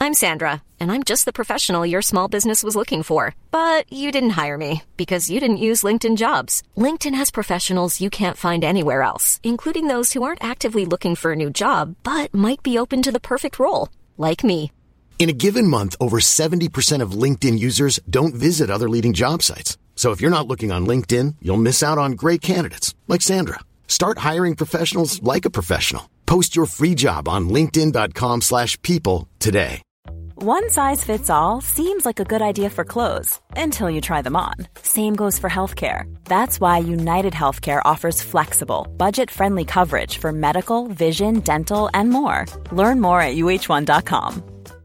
I'm Sandra, and I'm just the professional your small business was looking for. But you didn't hire me because you didn't use LinkedIn Jobs. LinkedIn has professionals you can't find anywhere else, including those who aren't actively looking for a new job, but might be open to the perfect role, like me. In a given month, over 70% of LinkedIn users don't visit other leading job sites. So if you're not looking on LinkedIn, you'll miss out on great candidates like Sandra. Start hiring professionals like a professional. Post your free job on linkedin.com/people today. One size fits all seems like a good idea for clothes until you try them on. Same goes for healthcare. That's why United Healthcare offers flexible, budget-friendly coverage for medical, vision, dental, and more. Learn more at uh1.com.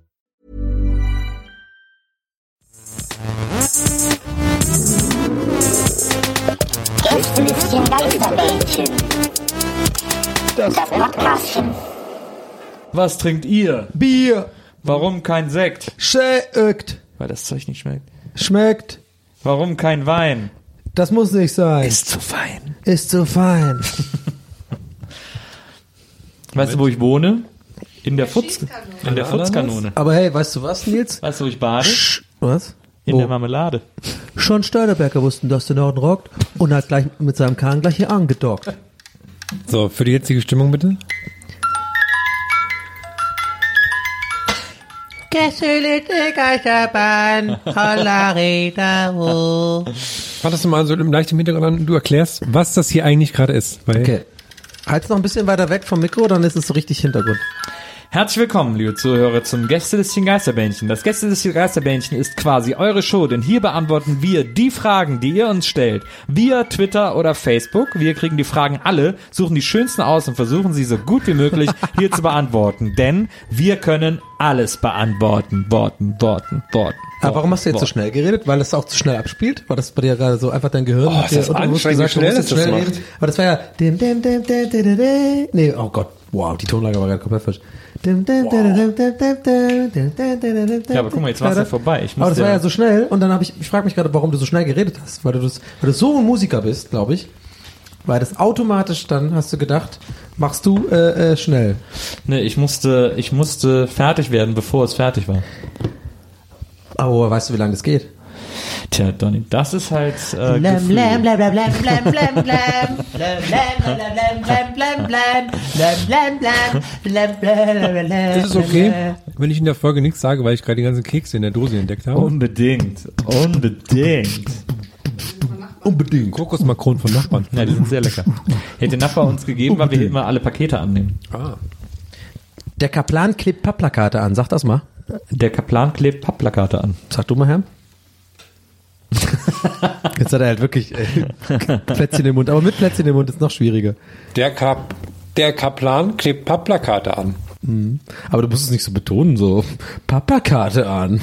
Gästelistchen Geisterbällchen. Das Podcastchen. Was trinkt ihr? Bier. Warum kein Sekt? Schmeckt. Weil das Zeug nicht schmeckt. Schmeckt. Warum kein Wein? Das muss nicht sein. Ist zu fein. Ist zu fein. Weißt du, wo ich wohne? In der Futzkanone. Aber hey, weißt du was, Nils? Weißt du, wo ich bade? Was? In der Marmelade. Schon Steinerberger wussten, dass der Norden rockt und hat gleich mit seinem Kahn gleich hier angedockt. So, für die jetzige Stimmung bitte. Gästeliste Geisterbahn, Hollareda. Wartest du mal so im leichten Hintergrund an, du erklärst, was das hier eigentlich gerade ist. Weil Okay. Halt's noch ein bisschen weiter weg vom Mikro, dann ist es so richtig Hintergrund. Herzlich willkommen, liebe Zuhörer, zum Gästelistchen Geisterbähnchen. Das Gästelistchen Geisterbähnchen ist quasi eure Show, denn hier beantworten wir die Fragen, die ihr uns stellt. Via Twitter oder Facebook. Wir kriegen die Fragen alle, suchen die schönsten aus und versuchen sie so gut wie möglich hier zu beantworten. Denn wir können alles beantworten. Worten. Aber warum hast du jetzt so schnell geredet? Weil es auch zu schnell abspielt? War das bei dir gerade so einfach dein Gehirn? Oh, ist das anstrengend, wie schnell das macht. reden? Aber das war ja nee, oh Gott, wow, die Tonlage war gerade komplett falsch. Ja, aber guck mal, jetzt war es ja vorbei. Aber das war ja so schnell und dann ich frage mich gerade, warum du so schnell geredet hast. Weil du so ein Musiker bist, glaube ich. Weil das automatisch dann, hast du gedacht, machst du schnell. Nee, ich musste fertig werden, bevor es fertig war. Aber weißt du, wie lange das geht? Tja, Donny, das ist halt Ist ist es okay, wenn ich in der Folge nichts sage, weil ich gerade die ganzen Kekse in der Dose entdeckt habe? Unbedingt. Kokosmakronen von Nachbarn. Ja, die sind sehr lecker. Hätte Nachbar uns gegeben, weil wir immer alle Pakete annehmen. Ah. Der Kaplan klebt Pappplakate an, sag das mal. Der Kaplan klebt Pappplakate an. Sag du mal, Herr. Jetzt hat er halt wirklich Plätzchen im Mund, aber mit Plätzchen im Mund ist noch schwieriger. Der Kaplan klebt Pappplakate an. Aber du musst es nicht so betonen, so Pappplakate an.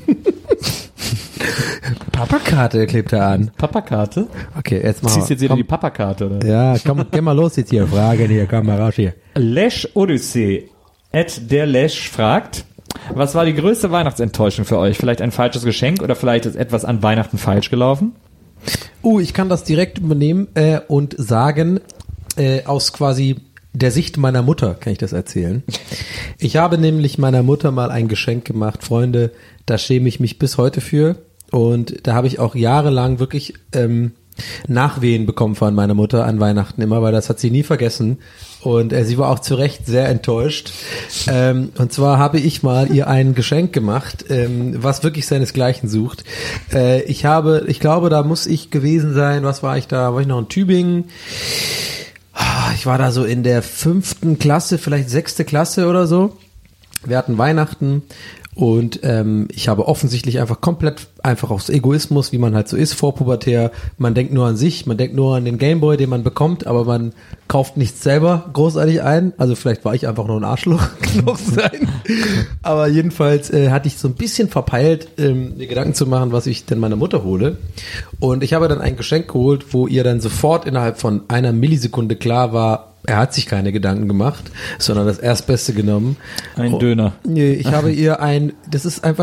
Pappakarte klebt er an. Pappakarte? Okay, jetzt mal. Ziehst jetzt wieder die Pappakarte, oder? Ja, komm, geh mal los jetzt hier. Fragen hier, komm mal raus hier. Lesch Odyssee @der Lesch fragt, was war die größte Weihnachtsenttäuschung für euch? Vielleicht ein falsches Geschenk oder vielleicht ist etwas an Weihnachten falsch gelaufen? Ich kann das direkt übernehmen und sagen, aus quasi der Sicht meiner Mutter kann ich das erzählen. Ich habe nämlich meiner Mutter mal ein Geschenk gemacht, Freunde, da schäme ich mich bis heute für. Und da habe ich auch jahrelang wirklich Nachwehen bekommen von meiner Mutter an Weihnachten immer, weil das hat sie nie vergessen. Und sie war auch zu Recht sehr enttäuscht. Und zwar habe ich mal ihr ein Geschenk gemacht, was wirklich seinesgleichen sucht. Ich glaube, da muss ich gewesen sein, was war ich da? War ich noch in Tübingen? Ich war da so in der 5. Klasse, vielleicht 6. Klasse oder so. Wir hatten Weihnachten. Und ich habe offensichtlich komplett aus Egoismus, wie man halt so ist, vorpubertär. Man denkt nur an sich, man denkt nur an den Gameboy, den man bekommt, aber man kauft nichts selber großartig ein. Also vielleicht war ich einfach nur ein Arschloch, kann auch sein. Aber jedenfalls hatte ich so ein bisschen verpeilt, mir Gedanken zu machen, was ich denn meiner Mutter hole. Und ich habe dann ein Geschenk geholt, wo ihr dann sofort innerhalb von einer Millisekunde klar war, er hat sich keine Gedanken gemacht, sondern das Erstbeste genommen. Ein Döner. Nee, ich habe ihr das ist einfach,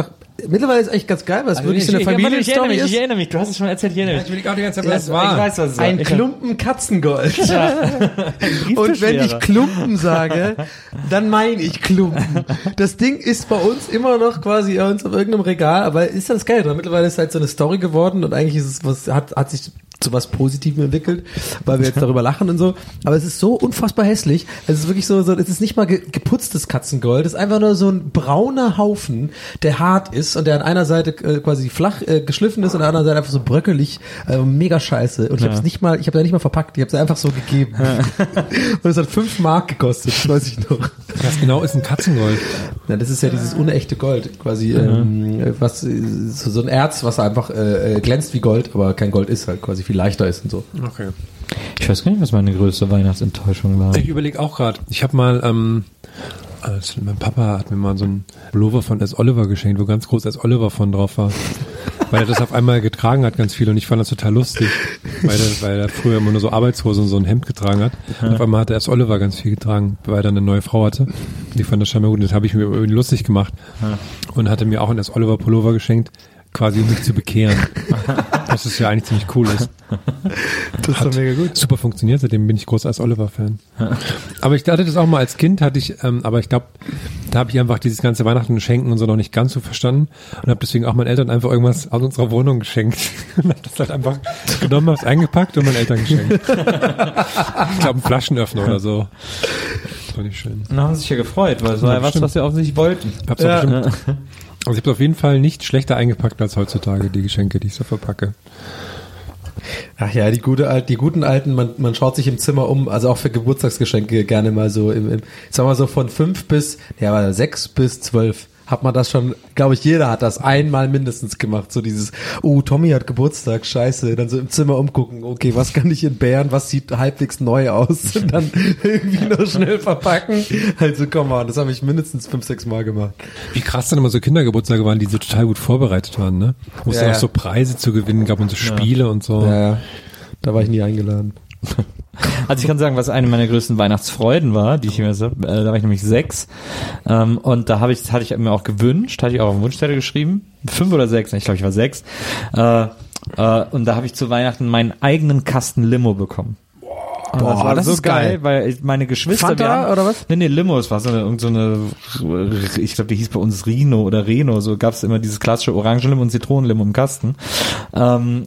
mittlerweile ist es echt ganz geil, weil es wirklich so eine Familienstory ist. Ich erinnere mich, du hast es schon erzählt, ich erinnere mich. Ich will auch die ganze Zeit, was Ich weiß, was es war. Ein Klumpen Katzengold. Ja. Und wenn ich Klumpen sage, dann meine ich Klumpen. Das Ding ist bei uns immer noch quasi bei uns auf irgendeinem Regal, aber ist das geil, weil mittlerweile ist es halt so eine Story geworden und eigentlich ist es hat sich zu was Positivem entwickelt, weil wir jetzt darüber lachen und so. Aber es ist so unfassbar hässlich. Es ist wirklich so es ist nicht mal geputztes Katzengold. Es ist einfach nur so ein brauner Haufen, der hart ist und der an einer Seite quasi flach geschliffen ist und an der anderen Seite einfach so bröckelig, mega scheiße. Und ich habe da nicht mal verpackt. Ich habe es einfach so gegeben. Und es hat 5 Mark gekostet, das weiß ich noch. Was genau ist ein Katzengold? Ja, das ist ja dieses unechte Gold, quasi, was so ein Erz, was einfach glänzt wie Gold, aber kein Gold ist halt quasi viel leichter ist und so. Okay. Ich weiß gar nicht, was meine größte Weihnachtsenttäuschung war. Ich überlege auch gerade. Ich habe mal, mein Papa hat mir mal so einen Pullover von S. Oliver geschenkt, wo ganz groß S. Oliver von drauf war. Weil er das auf einmal getragen hat, ganz viel. Und ich fand das total lustig. Weil er früher immer nur so Arbeitshosen und so ein Hemd getragen hat. Und auf einmal hat er S. Oliver ganz viel getragen, weil er eine neue Frau hatte. Und die fand das scheinbar gut. Und das habe ich mir irgendwie lustig gemacht. Und hatte mir auch einen S. Oliver Pullover geschenkt, quasi um mich zu bekehren. Das ist ja eigentlich ziemlich cool ist. Das ist doch mega gut. Super funktioniert, seitdem bin ich groß als Oliver-Fan. Aber ich hatte das auch mal als Kind, aber ich glaube, da habe ich einfach dieses ganze Weihnachten schenken und so noch nicht ganz so verstanden und habe deswegen auch meinen Eltern einfach irgendwas aus unserer Wohnung geschenkt. Und habe das halt einfach genommen, hab's eingepackt und meinen Eltern geschenkt. Ich glaube, einen Flaschenöffner oder so. Das war nicht schön. Na, haben sich ja gefreut, weil es war ja was sie offensichtlich wollten. Also ich habe es auf jeden Fall nicht schlechter eingepackt als heutzutage, die Geschenke, die ich so verpacke. Ach ja, die guten alten, man schaut sich im Zimmer um, also auch für Geburtstagsgeschenke gerne mal so sagen wir so von 6 bis 12. Hat man das schon, glaube ich, jeder hat das einmal mindestens gemacht. So dieses, Tommy hat Geburtstag, scheiße. Dann so im Zimmer umgucken, okay, was kann ich entbehren, was sieht halbwegs neu aus? Und dann irgendwie noch schnell verpacken. Also komm on, das habe ich mindestens 5-6 Mal gemacht. Wie krass dann immer so Kindergeburtstage waren, die so total gut vorbereitet waren, ne? Wo es dann auch so Preise zu gewinnen gab und so Spiele und so. Ja, da war ich nie eingeladen. Also ich kann sagen, was eine meiner größten Weihnachtsfreuden war, die ich mir da war ich nämlich 6 und da hatte ich mir auch gewünscht, hatte ich auch auf den Wunschzettel geschrieben, 5 oder 6, ich glaube ich war 6 und da habe ich zu Weihnachten meinen eigenen Kasten Limo bekommen. Boah, das war das so ist geil, weil meine Geschwister... Fanta oder was? Nee, Limo, es war so eine ich glaube, die hieß bei uns Rino oder Reno, so gab es immer dieses klassische Orangenlimo und Zitronenlimo im Kasten. Ich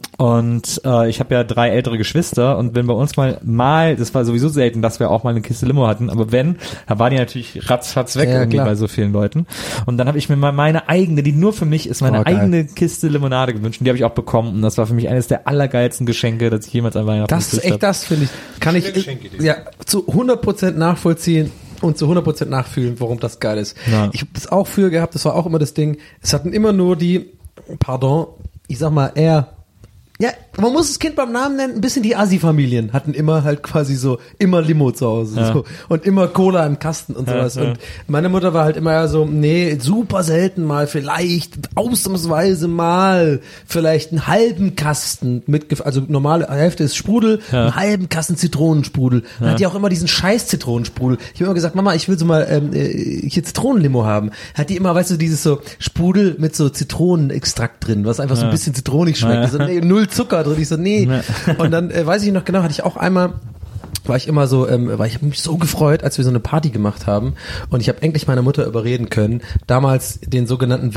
habe ja 3 ältere Geschwister und wenn bei uns mal, das war sowieso selten, dass wir auch mal eine Kiste Limo hatten, aber da war die natürlich ratzfatz weg irgendwie klar. Bei so vielen Leuten. Und dann habe ich mir mal meine eigene, die nur für mich ist, eigene Kiste Limonade gewünscht und die habe ich auch bekommen und das war für mich eines der allergeilsten Geschenke, das ich jemals an Weihnachten gekriegt habe. Das ist echt das, finde ich. Kann ich zu 100% nachvollziehen und zu 100% nachfühlen, warum das geil ist. Ja. Ich habe das auch früher gehabt, das war auch immer das Ding, es hatten immer nur ich sag mal eher, ja, man muss das Kind beim Namen nennen, ein bisschen die Assi-Familien hatten immer halt quasi so, immer Limo zu Hause so, und immer Cola im Kasten und sowas. Ja. Und meine Mutter war halt immer so, nee, super selten mal, vielleicht ausnahmsweise mal, vielleicht einen halben Kasten also normale Hälfte ist Sprudel, einen halben Kasten Zitronensprudel. Dann hat die auch immer diesen scheiß Zitronensprudel. Ich habe immer gesagt, Mama, ich will so mal hier Zitronenlimo haben. Hat die immer, weißt du, dieses so Sprudel mit so Zitronenextrakt drin, was einfach so ein bisschen zitronig schmeckt. Also, nee, 0 Zucker drin. Ich so, nee. Und dann weiß ich noch genau, hatte ich auch einmal, ich habe mich so gefreut, als wir so eine Party gemacht haben und ich habe endlich meine Mutter überreden können, damals den sogenannten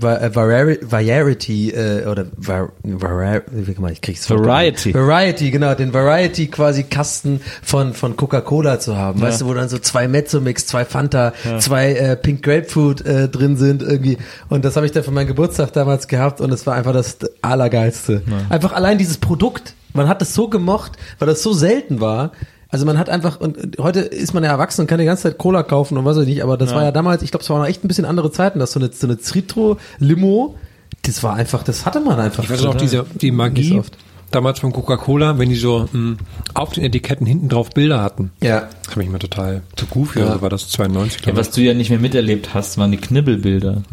Variety, genau, den Variety quasi Kasten von Coca-Cola zu haben, weißt du, wo dann so 2 Mezzo-Mix, 2 Fanta, 2 Pink Grapefruit drin sind irgendwie und das habe ich dann für meinen Geburtstag damals gehabt und es war einfach das Allergeilste. Ja. Einfach allein dieses Produkt, man hat das so gemocht, weil das so selten war. Also man hat einfach, und heute ist man ja erwachsen und kann die ganze Zeit Cola kaufen und was weiß ich nicht, aber das war ja damals, ich glaube, es waren noch echt ein bisschen andere Zeiten, dass so eine Citro-Limo, das war einfach, das hatte man einfach. Ich weiß auch, die Magie damals von Coca-Cola, wenn die so auf den Etiketten hinten drauf Bilder hatten. Ja. Das habe ich mal total zu goofy, also war das 92, glaube ich. Ja, was du ja nicht mehr miterlebt hast, waren die Knibbelbilder.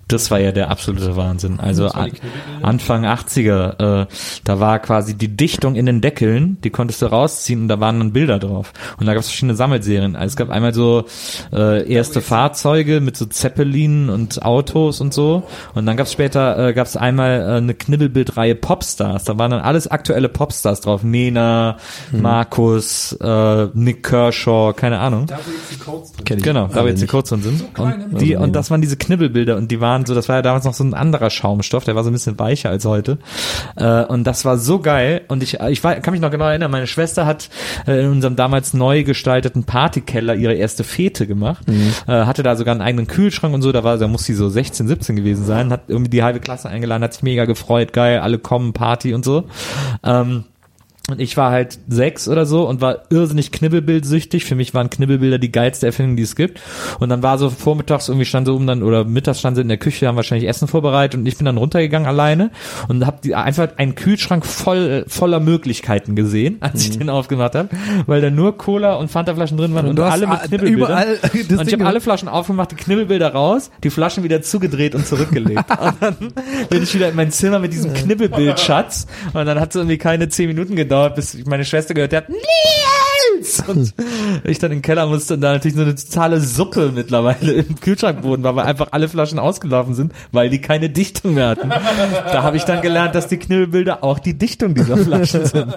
Das war ja der absolute Wahnsinn. Also Anfang 80er, da war quasi die Dichtung in den Deckeln, die konntest du rausziehen und da waren dann Bilder drauf. Und da gab es verschiedene Sammelserien. Also es gab einmal so erste Fahrzeuge mit so Zeppelinen und Autos und so. Und dann gab es später einmal eine Knibbelbildreihe Popstars. Da waren dann alles aktuelle Popstars drauf. Nena, Markus, Nick Kershaw, keine Ahnung. Da wo jetzt die Codes drin. Genau, da wo jetzt die Codes drin sind. Und das waren diese Knibbelbilder und die waren so, das war ja damals noch so ein anderer Schaumstoff, der war so ein bisschen weicher als heute. Und das war so geil. Und ich kann mich noch genau erinnern, meine Schwester hat in unserem damals neu gestalteten Partykeller ihre erste Fete gemacht. Hatte da sogar einen eigenen Kühlschrank und so, da muss sie so 16, 17 gewesen sein, hat irgendwie die halbe Klasse eingeladen, hat sich mega gefreut, geil, alle kommen, Party und so. Und ich war halt 6 oder so und war irrsinnig knibbelbildsüchtig. Für mich waren Knibbelbilder die geilste Erfindung, die es gibt. Und dann war so vormittags irgendwie mittags stand sie in der Küche, haben wahrscheinlich Essen vorbereitet und ich bin dann runtergegangen alleine und habe einfach einen Kühlschrank voller Möglichkeiten gesehen, als ich den aufgemacht habe, weil da nur Cola und Fantaflaschen drin waren und alle mit Knibbelbildern. Und ich habe alle Flaschen aufgemacht, die Knibbelbilder raus, die Flaschen wieder zugedreht und zurückgelegt. Und dann bin ich wieder in mein Zimmer mit diesem Knibbelbildschatz und dann hat es irgendwie keine 10 Minuten gedauert, bis meine Schwester gehört hat, Nils! Und ich dann in den Keller musste und da natürlich so eine totale Suppe mittlerweile im Kühlschrankboden war, weil einfach alle Flaschen ausgelaufen sind, weil die keine Dichtung mehr hatten. Da habe ich dann gelernt, dass die Knibbelbilder auch die Dichtung dieser Flaschen sind.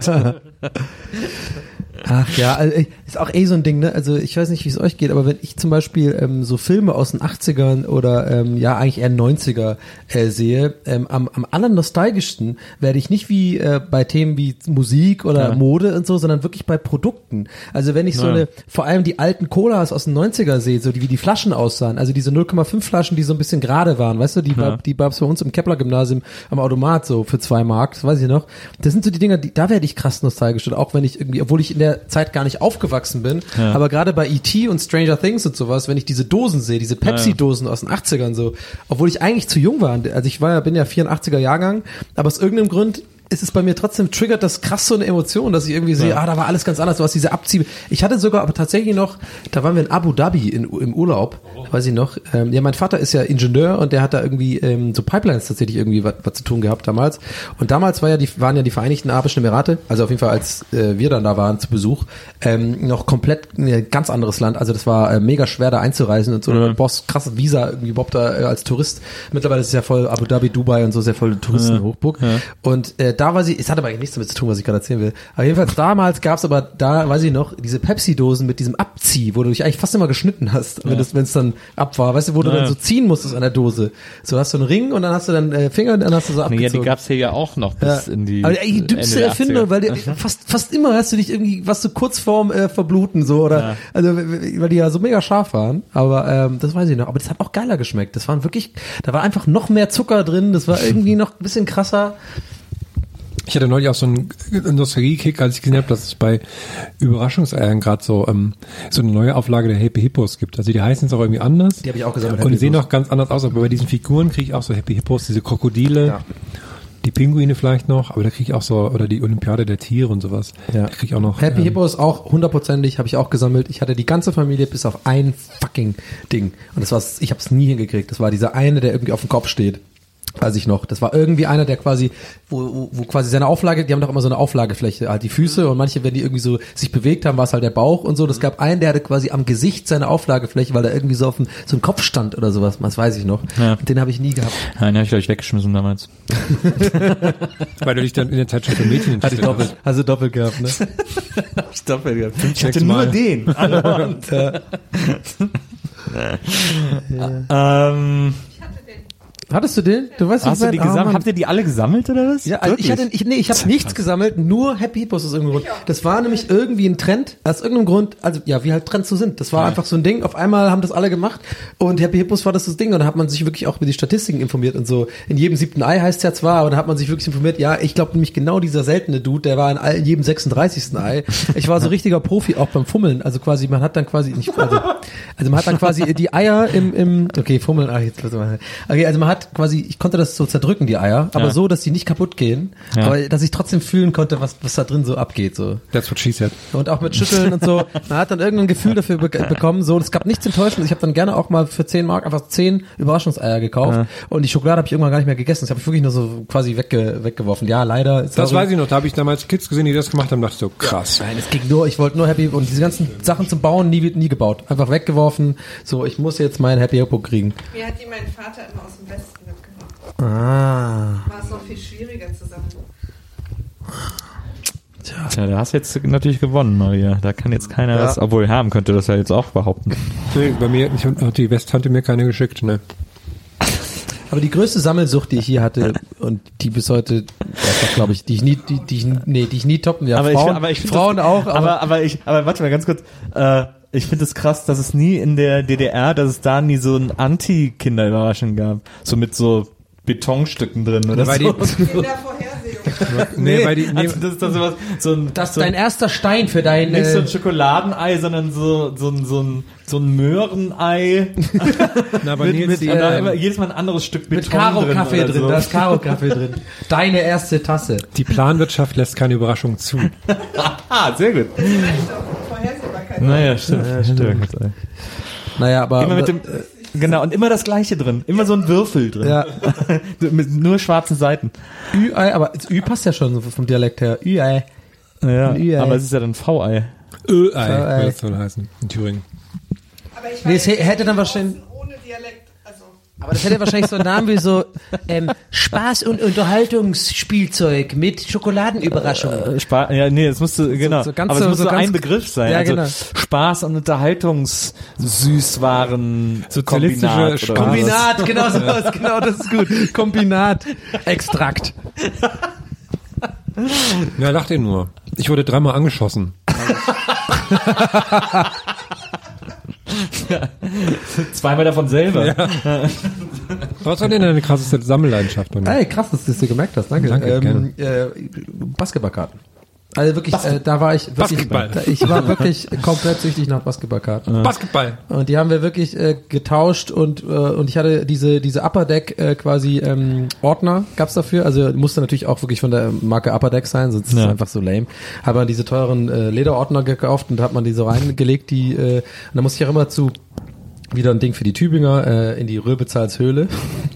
Ach ja, also ist auch so ein Ding, ne? Also ich weiß nicht, wie es euch geht, aber wenn ich zum Beispiel so Filme aus den 80ern oder eigentlich eher 90er sehe, am allernostalgischsten werde ich nicht wie bei Themen wie Musik oder Mode und so, sondern wirklich bei Produkten. Also wenn ich vor allem die alten Colas aus den 90er sehe, so wie die Flaschen aussahen, also diese 0,5 Flaschen, die so ein bisschen gerade waren, weißt du, die gab's bei uns im Kepler-Gymnasium am Automat so für 2 Mark, das weiß ich noch. Das sind so die Dinger, da werde ich krass nostalgisch und auch wenn ich irgendwie, obwohl ich in der Zeit gar nicht aufgewachsen bin, aber gerade bei E.T. und Stranger Things und sowas, wenn ich diese Dosen sehe, diese Pepsi-Dosen aus den 80ern so, obwohl ich eigentlich zu jung war, also bin ja 84er Jahrgang, aber aus irgendeinem Grund ist es bei mir trotzdem, triggert das krass so eine Emotion, dass ich irgendwie sehe, da war alles ganz anders, du hast diese Abzieh. Ich hatte sogar aber tatsächlich noch, da waren wir in Abu Dhabi im Urlaub, weiß ich noch, mein Vater ist ja Ingenieur und der hat da irgendwie so Pipelines tatsächlich irgendwie was zu tun gehabt damals. Und damals waren ja die Vereinigten Arabischen Emirate, also auf jeden Fall als wir dann da waren zu Besuch, noch komplett ein ganz anderes Land, also das war mega schwer da einzureisen und so, du brauchst krasses Visa irgendwie überhaupt da als Tourist. Mittlerweile ist es ja voll Abu Dhabi, Dubai und so, sehr voll Touristenhochburg. Und da war sie, es hat aber eigentlich nichts damit zu tun, was ich gerade erzählen will. Aber jedenfalls damals gab's aber da, weiß ich noch, diese Pepsi-Dosen mit diesem Abzieh, wo du dich eigentlich fast immer geschnitten hast, wenn es dann ab war, weißt du, wo du dann so ziehen musstest an der Dose. So hast du einen Ring und dann hast du dann Finger und dann hast du so abgezogen. Ja, die gab's hier ja auch noch bis in die aber die dümmste Erfindung, weil fast immer hast du dich irgendwie, was so kurz vorm Verbluten so oder, also weil die ja so mega scharf waren, aber das weiß ich noch, aber das hat auch geiler geschmeckt. Das waren wirklich, da war einfach noch mehr Zucker drin, das war irgendwie noch ein bisschen krasser. Ich hatte neulich auch so einen Nostalgie-Kick, als ich gesehen habe, dass es bei Überraschungseiern gerade so eine neue Auflage der Happy Hippos gibt. Also die heißen es auch irgendwie anders. Die habe ich auch gesammelt. Und die sehen auch ganz anders aus, aber bei diesen Figuren kriege ich auch so Happy Hippos, diese Krokodile, die Pinguine vielleicht noch, aber da kriege ich auch so, oder die Olympiade der Tiere und sowas. Ja. Da kriege ich auch noch. Happy Hippos auch 100%ig, habe ich auch gesammelt. Ich hatte die ganze Familie bis auf ein fucking Ding. Und ich habe es nie hingekriegt. Das war dieser eine, der irgendwie auf dem Kopf steht. Weiß ich noch. Das war irgendwie einer, der quasi, wo quasi seine Auflage, die haben doch immer so eine Auflagefläche, halt die Füße und manche, wenn die irgendwie so sich bewegt haben, war es halt der Bauch und so. Das gab einen, der hatte quasi am Gesicht seine Auflagefläche, weil er irgendwie so auf so einem Kopf stand oder sowas. Das weiß ich noch. Ja. Den habe ich nie gehabt. Ja, den habe ich gleich weggeschmissen damals. Weil du dich dann in der Zeit schon für Mädchen interessiert hast. Hast du doppelt gehabt, ne? Hab ich doppelt gehabt. Ich hatte nur den. Hattest du den? Du weißt, hast du die gesammelt? Habt ihr die alle gesammelt oder was? Ja, also ich habe nichts gesammelt, nur Happy Hippos aus irgendeinem Grund. Das war nämlich irgendwie ein Trend, aus irgendeinem Grund, also ja, wie halt Trends so sind. Das war einfach so ein Ding. Auf einmal haben das alle gemacht und Happy Hippos war das Ding und da hat man sich wirklich auch über die Statistiken informiert und so. In jedem 7. Ei heißt es ja zwar, aber da hat man sich wirklich informiert. Ja, ich glaube nämlich genau dieser seltene Dude, der war in jedem 36. Ei. Ich war so richtiger Profi auch beim Fummeln. Also quasi, man hat dann quasi die Eier im okay, Fummeln. Okay, also man hat ich konnte das so zerdrücken, die Eier, aber so, dass die nicht kaputt gehen, aber dass ich trotzdem fühlen konnte, was da drin so abgeht, so. That's what she said. Und auch mit Schütteln und so. Man hat dann irgendein Gefühl dafür bekommen, so. Und es gab nichts Enttäuschendes. Ich habe dann gerne auch mal für 10 Mark einfach 10 Überraschungseier gekauft. Und die Schokolade habe ich irgendwann gar nicht mehr gegessen. Das habe ich wirklich nur so quasi weggeworfen. Ja, leider. Das weiß ich noch. Da habe ich damals Kids gesehen, die das gemacht haben, dachte ich so, krass. Nein, es ging nur, ich wollte nur Happy und diese ganzen Sachen zum Bauen nie gebaut. Einfach weggeworfen. So, ich muss jetzt meinen Happy Hippo kriegen. Mir hat die mein Vater immer aus dem Westen mitgebracht. War es noch viel schwieriger zusammen. Tja, da hast du jetzt natürlich gewonnen, Maria. Da kann jetzt keiner was, obwohl haben könnte das ja jetzt auch behaupten. Nee, bei mir hat die Westtante mir keine geschickt, ne. Aber die größte Sammelsucht, die ich hier hatte und die bis heute, glaube ich, die ich nie toppen. Ja, Frauen auch. Aber warte mal ganz kurz. Ich finde es krass, dass es nie in der DDR, dass es da nie so ein Anti-Kinderüberraschung gab. So mit so Betonstücken drin oder weil so. Nee, weil die, also das ist dann sowas, das ist dein erster Stein für dein... Nicht so ein Schokoladenei, sondern so ein Möhrenei. Na, aber jedes Mal ein anderes Stück Beton mit Karo-Kaffee drin. So. Da ist Karo-Kaffee drin. Deine erste Tasse. Die Planwirtschaft lässt keine Überraschung zu. Sehr gut. Naja, stimmt. Naja, aber... Immer mit dem... Genau, und immer das Gleiche drin. Immer so ein Würfel drin. Ja. Mit nur schwarzen Seiten. Ü-Ei, aber Ü passt ja schon vom Dialekt her. Ü-Ei. Ja, Ü-Ei. aber es ist ja dann V-Ei. Ö-Ei würde das soll heißen, in Thüringen. Aber ich Nee, es hätte dann wahrscheinlich... ohne Dialekt, also... Aber das hätte wahrscheinlich so einen Namen wie so Spaß- und Unterhaltungsspielzeug mit Schokoladenüberraschungen. Ja, nee, es musste, genau. so ganz aber es so- muss so so ganz- ein Begriff sein. Ja, also genau. Spaß- und Unterhaltungssüßwaren Sozialistische Kombinat. Kombinat, genau sowas, genau, das ist gut. Kombinat. Extrakt. Ja, lacht ihr nur. Ich wurde 3-mal angeschossen. Zweimal davon selber. Ja. Was war denn deine krasseste Sammelleidenschaft? Ey, krass, dass du es dir gemerkt hast, danke. Danke, Basketballkarten. Also wirklich, da war ich wirklich, Basketball. ich war wirklich komplett süchtig nach Basketballkarten. Basketball. Und die haben wir wirklich getauscht und ich hatte diese Upper Deck quasi Ordner gab's dafür. Also musste natürlich auch wirklich von der Marke Upper Deck sein, sonst ist es einfach so lame. Hat man diese teuren Lederordner gekauft und hat man die so reingelegt, und da musste ich auch immer wieder ein Ding für die Tübinger in die Röbezahls-Höhle.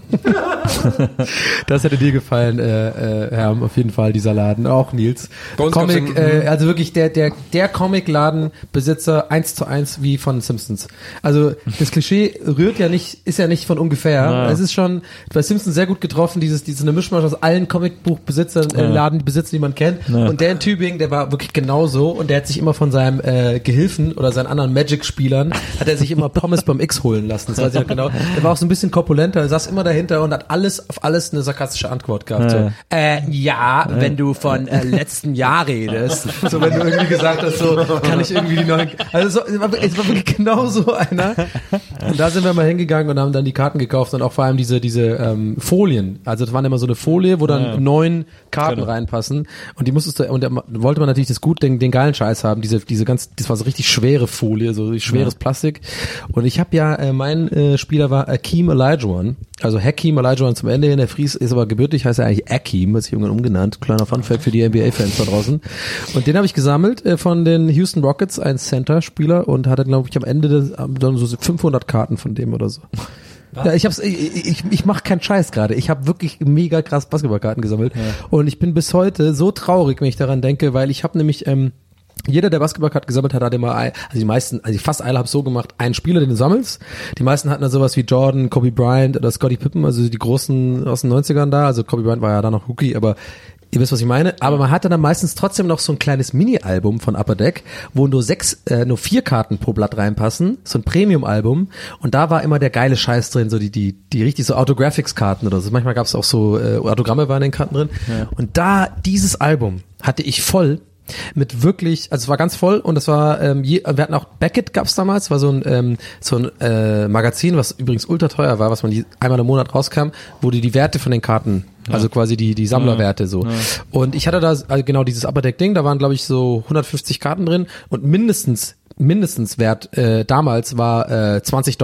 Das hätte dir gefallen, Herr, auf jeden Fall, dieser Laden. Auch Nils. Bei uns Comic, also wirklich der Comic-Ladenbesitzer 1:1 wie von Simpsons. Also das Klischee ist ja nicht von ungefähr. Ja. Es ist schon bei Simpsons sehr gut getroffen, diese eine Mischmasch aus allen Comicbuchbesitzern, Ladenbesitzern, die man kennt. Ja. Und der in Tübingen, der war wirklich genauso und der hat sich immer von seinem Gehilfen oder seinen anderen Magic-Spielern, hat er sich immer Pommes beim X holen lassen. Das weiß ich noch genau. Der war auch so ein bisschen korpulenter, er saß immer dahinter und hat auf alles eine sarkastische Antwort gehabt. So, wenn du von letzten Jahr redest. So, wenn du irgendwie gesagt hast, so, kann ich irgendwie die neuen, also so, es war wirklich genau so einer. Und da sind wir mal hingegangen und haben dann die Karten gekauft und auch vor allem diese Folien. Also das waren immer so eine Folie, wo dann 9 Karten reinpassen und die musstest du, und da wollte man natürlich den geilen Scheiß haben, das war so richtig schwere Folie, so schweres Plastik. Und ich habe mein Spieler war Akeem Olajuwon, also Hakeem Olajuwon zum Ende hin, der Fries ist aber gebürtig, heißt er eigentlich Akeem, hat sich irgendwann umgenannt, kleiner Funfact für die NBA-Fans da draußen. Und den habe ich gesammelt von den Houston Rockets, ein Center-Spieler, und hatte, glaube ich, am Ende dann so 500 Karten von dem oder so. Ja, ich mache keinen Scheiß gerade. Ich habe wirklich mega krass Basketballkarten gesammelt und ich bin bis heute so traurig, wenn ich daran denke, weil ich habe nämlich jeder, der Basketballkarten gesammelt hat immer, fast alle haben so gemacht, einen Spieler, den du sammelst. Die meisten hatten da sowas wie Jordan, Kobe Bryant oder Scottie Pippen, also die Großen aus den 90ern da. Also Kobe Bryant war ja da noch Rookie, aber ihr wisst, was ich meine. Aber man hatte dann meistens trotzdem noch so ein kleines Mini-Album von Upper Deck, wo nur 4 Karten pro Blatt reinpassen. So ein Premium-Album. Und da war immer der geile Scheiß drin, so die richtig so Autographics-Karten oder so. Manchmal gab es auch so Autogramme waren in den Karten drin. Ja. Und dieses Album hatte ich voll mit wirklich, also es war ganz voll und es war, wir hatten auch Beckett gab's damals, war so ein Magazin, was übrigens ultra teuer war, was man einmal im Monat rauskam, wo die Werte von den Karten, also quasi die Sammlerwerte so. Ja. Und ich hatte da genau dieses Upper Deck Ding, da waren glaube ich so 150 Karten drin und mindestens Wert damals war $20.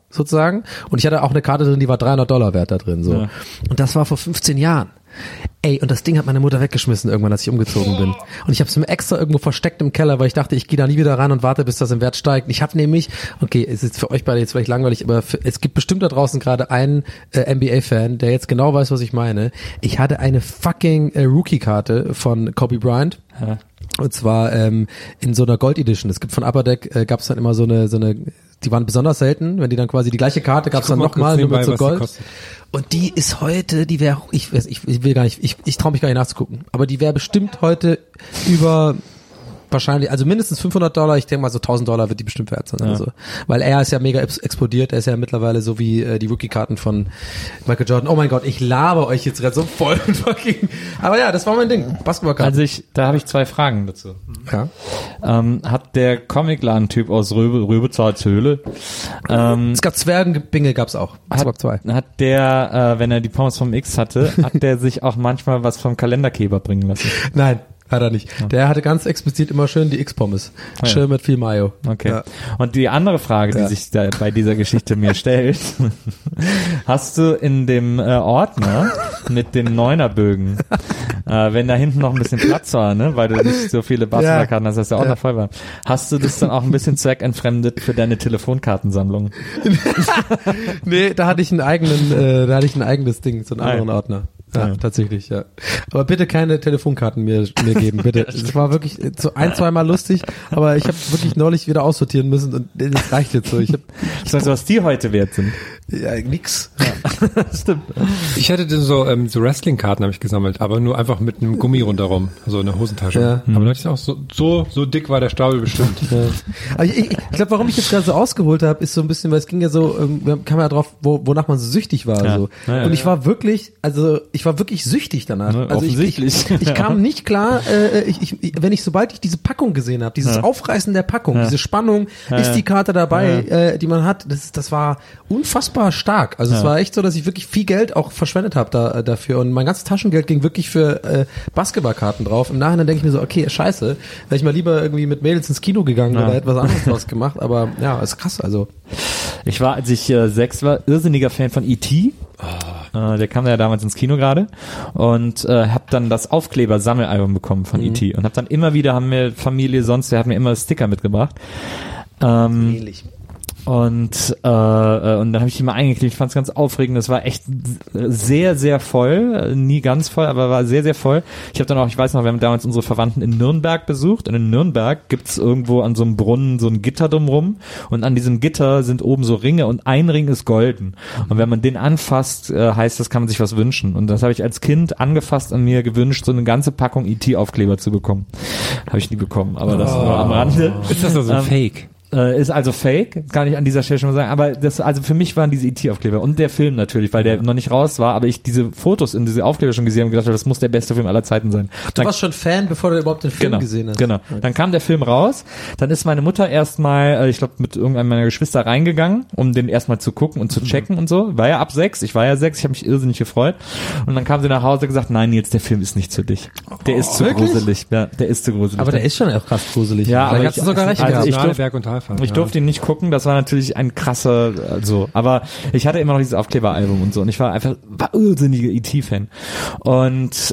sozusagen. Und ich hatte auch eine Karte drin, die war $300 wert da drin, so. Ja. Und das war vor 15 Jahren. Ey, und das Ding hat meine Mutter weggeschmissen irgendwann, als ich umgezogen bin. Und ich habe es mir extra irgendwo versteckt im Keller, weil ich dachte, ich gehe da nie wieder rein und warte, bis das im Wert steigt. Ich habe nämlich, okay, es ist für euch beide jetzt vielleicht langweilig, aber es gibt bestimmt da draußen gerade einen NBA-Fan, der jetzt genau weiß, was ich meine. Ich hatte eine fucking Rookie-Karte von Kobe Bryant. Ja. Und zwar in so einer Gold Edition. Es gibt von Upper Deck, gab es dann immer so eine, die waren besonders selten, wenn die dann quasi die gleiche Karte gab es dann nochmal, nur mit so Gold. Und die ist heute, die wäre, ich will gar nicht, ich traue mich gar nicht nachzugucken, aber die wäre bestimmt heute über wahrscheinlich, also mindestens $500, ich denke mal so $1.000 wird die bestimmt wert sein. Ja. Also, weil er ist ja mega explodiert, er ist ja mittlerweile so wie die Rookie-Karten von Michael Jordan. Oh mein Gott, ich laber euch jetzt gerade so voll und fucking. Aber ja, das war mein Ding. Basketballkarten. Also da habe ich 2 Fragen dazu. Ja. Hat der Comicladen-Typ aus Röbezahlzöhle es gab Zwergenbinge, gab's auch. Hat der, wenn er die Pommes vom X hatte, hat der sich auch manchmal was vom Kalenderkeber bringen lassen? Nein. Hat er nicht. Ja. Der hatte ganz explizit immer schön die X-Pommes. Schön mit viel Mayo. Okay. Ja. Und die andere Frage, die sich da bei dieser Geschichte mir stellt, hast du in dem Ordner mit den Neunerbögen, wenn da hinten noch ein bisschen Platz war, ne, weil du nicht so viele Basketballkarten hast, dass der Ordner voll war, hast du das dann auch ein bisschen zweckentfremdet für deine Telefonkartensammlung? Nee, da hatte ich ein eigenes Ding, so einen anderen Ordner. Ja, tatsächlich, ja. Aber bitte keine Telefonkarten mir geben, bitte. Es war wirklich so 1-2 Mal lustig, aber ich habe wirklich neulich wieder aussortieren müssen und das reicht jetzt so. Weißt du, was die heute wert sind? Ja, nix. Ja. Stimmt. Ich hatte so Wrestling-Karten habe ich gesammelt, aber nur einfach mit einem Gummi rundherum, so in der Hosentasche. Ja. Aber da hatte ich auch so dick war der Stapel bestimmt. Ja. Aber ich glaube, warum ich jetzt gerade so ausgeholt habe, ist so ein bisschen, weil es ging ja so, kam ja drauf, wonach man so süchtig war. Ja. So. Ja, und ich war wirklich süchtig danach. Ja, also ich kam nicht klar, sobald ich diese Packung gesehen habe, dieses Aufreißen der Packung, diese Spannung, ist die Karte dabei, die man hat, das war unfassbar stark. Also es war echt so, dass ich wirklich viel Geld auch verschwendet habe dafür und mein ganzes Taschengeld ging wirklich für Basketballkarten drauf. Im Nachhinein denke ich mir so, okay, scheiße, wäre ich mal lieber irgendwie mit Mädels ins Kino gegangen oder etwas anderes draus gemacht, aber ja, ist krass, also. Ich war, als ich 6 war, irrsinniger Fan von E.T. Der kam ja damals ins Kino gerade und hab dann das Aufkleber-Sammelalbum bekommen von E.T. und hab dann immer wieder, haben mir Familie der hat mir immer Sticker mitgebracht. Ähnlich. Und dann habe ich die mal eingeklebt, ich fand es ganz aufregend, das war echt sehr, sehr voll, nie ganz voll, aber war sehr, sehr voll. Ich habe dann auch, ich weiß noch, wir haben damals unsere Verwandten in Nürnberg besucht und in Nürnberg gibt's irgendwo an so einem Brunnen so ein Gitter drumrum und an diesem Gitter sind oben so Ringe und ein Ring ist golden und wenn man den anfasst, heißt das, kann man sich was wünschen und das habe ich als Kind angefasst und mir gewünscht, so eine ganze Packung E.T. Aufkleber zu bekommen. Habe ich nie bekommen, aber das war am Rande. Ist das also Fake? Ist also fake, kann ich an dieser Stelle schon mal sagen, aber also für mich waren diese E.T. Aufkleber und der Film natürlich, weil der noch nicht raus war, aber ich diese Fotos in diese Aufkleber schon gesehen habe und gedacht habe, das muss der beste Film aller Zeiten sein. Du warst schon Fan, bevor du überhaupt den Film gesehen hast. Genau. Dann kam der Film raus, dann ist meine Mutter erstmal, ich glaube mit irgendeinem meiner Geschwister reingegangen, um den erstmal zu gucken und zu checken und so. War ja ab 6, ich war ja 6, ich habe mich irrsinnig gefreut und dann kam sie nach Hause und gesagt, nein Nils, der Film ist nicht für dich. Der ist zu gruselig. Ja, der ist zu gruselig. Aber der ist schon auch krass gruselig. Ja, aber ich sogar recht gehabt. Ich durfte ihn nicht gucken, das war natürlich ein krasser, aber ich hatte immer noch dieses Aufkleberalbum und so und ich war irrsinniger E.T.-Fan und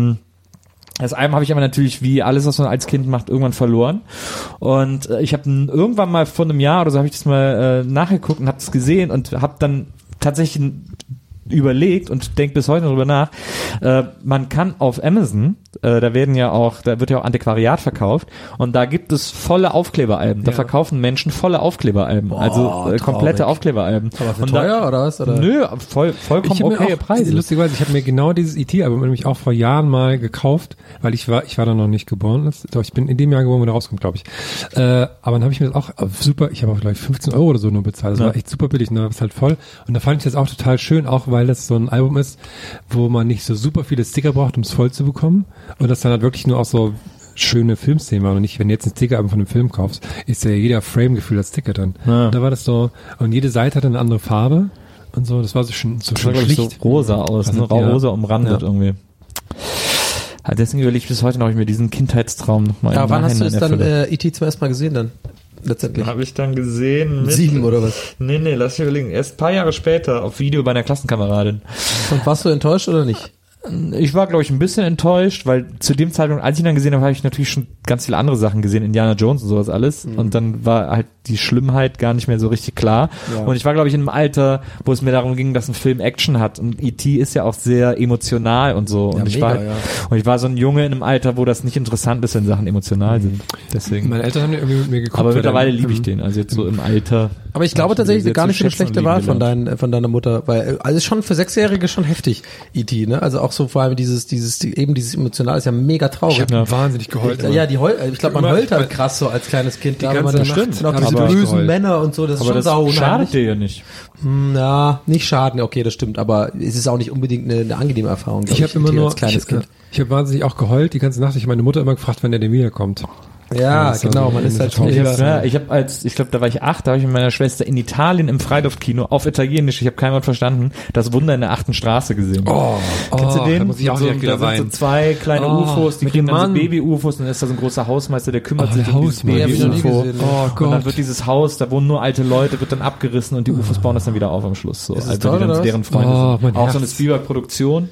das Album habe ich aber natürlich, wie alles, was man als Kind macht, irgendwann verloren und ich habe irgendwann mal vor einem Jahr oder so habe ich das mal nachgeguckt und habe das gesehen und habe dann tatsächlich überlegt und denkt bis heute darüber nach, man kann auf Amazon, da wird ja auch Antiquariat verkauft und da gibt es volle Aufkleberalben. Da verkaufen Menschen volle Aufkleberalben, komplette Aufkleberalben. Aber für teuer oder was? Oder? Nö, vollkommen okay Preise. Lustigerweise, ich habe mir genau dieses E.T.-Album nämlich auch vor Jahren mal gekauft, weil ich war da noch nicht geboren. Doch, ich bin in dem Jahr geboren, wo der rauskommt, glaube ich. Aber dann habe ich mir das auch super, ich habe auch gleich 15 € oder so nur bezahlt. Das war echt super billig, ne? Das ist halt voll. Und da fand ich das auch total schön, auch weil das so ein Album ist, wo man nicht so super viele Sticker braucht, um es voll zu bekommen. Und das dann halt wirklich nur auch so schöne Filmszenen waren. Und nicht, wenn du jetzt ein Stickeralbum von einem Film kaufst, ist ja jeder Frame gefühlt als Sticker dann. Ja. Und da war das so, und jede Seite hatte eine andere Farbe und so, das war so schön schlicht. So rosa aus, also, rosa umrandet irgendwie. Deswegen überlege ich bis heute noch, ob ich mir diesen Kindheitstraum nochmal wann hast du es dann E.T. zum ersten Mal gesehen dann? letztendlich. Habe ich dann gesehen mit... 7 oder was? Nee, lass mich überlegen. Erst ein paar Jahre später auf Video bei einer Klassenkameradin. Und warst du enttäuscht oder nicht? Ich war, glaube ich, ein bisschen enttäuscht, weil zu dem Zeitpunkt, als ich ihn dann gesehen habe, habe ich natürlich schon ganz viele andere Sachen gesehen, Indiana Jones und sowas alles. Und dann war halt die Schlimmheit gar nicht mehr so richtig klar. Ja. Und ich war, glaube ich, in einem Alter, wo es mir darum ging, dass ein Film Action hat. Und E.T. ist ja auch sehr emotional und so. Und ja, ich war so ein Junge in einem Alter, wo das nicht interessant ist, wenn Sachen emotional sind. Deswegen. Meine Eltern haben ja irgendwie mit mir geguckt. Aber mittlerweile liebe ich den. Also jetzt so im Alter. Aber ich glaube tatsächlich gar nicht so eine schlechte Wahl von deiner Mutter, weil also schon für 6-Jährige schon heftig E.T., ne? Also auch so vor allem dieses emotional ist ja mega traurig. Ich habe wahnsinnig geheult. Ja, ich glaube, man heult halt krass so als kleines Kind. Die ganze Nacht. Und auch diese bösen Männer und so, das ist schon sau unheimlich. Schadet dir ja nicht. Ja, nicht schaden, okay, das stimmt, aber es ist auch nicht unbedingt eine angenehme Erfahrung. Ich habe immer nur als kleines Kind. Ich habe wahnsinnig auch geheult die ganze Nacht. Ich habe meine Mutter immer gefragt, wann der denn wiederkommt. Ja, genau, man ist halt schon wieder. Ich glaube, da war ich 8, da habe ich mit meiner Schwester in Italien im Freiluftkino auf Italienisch, ich habe kein Wort verstanden, das Wunder in der 8. Straße gesehen. Kennst du den? Da muss ich auch direkt wieder da sind so 2 kleine UFOs, die kriegen dann so Baby-UFOs und dann ist da so ein großer Hausmeister, der kümmert sich um dieses Baby-UFo. Und dann wird dieses Haus, da wohnen nur alte Leute, wird dann abgerissen und die UFOs bauen das dann wieder auf am Schluss. So, also toll, die dann deren Freunde sind. Auch Herz. so eine Spielberg-Produktion.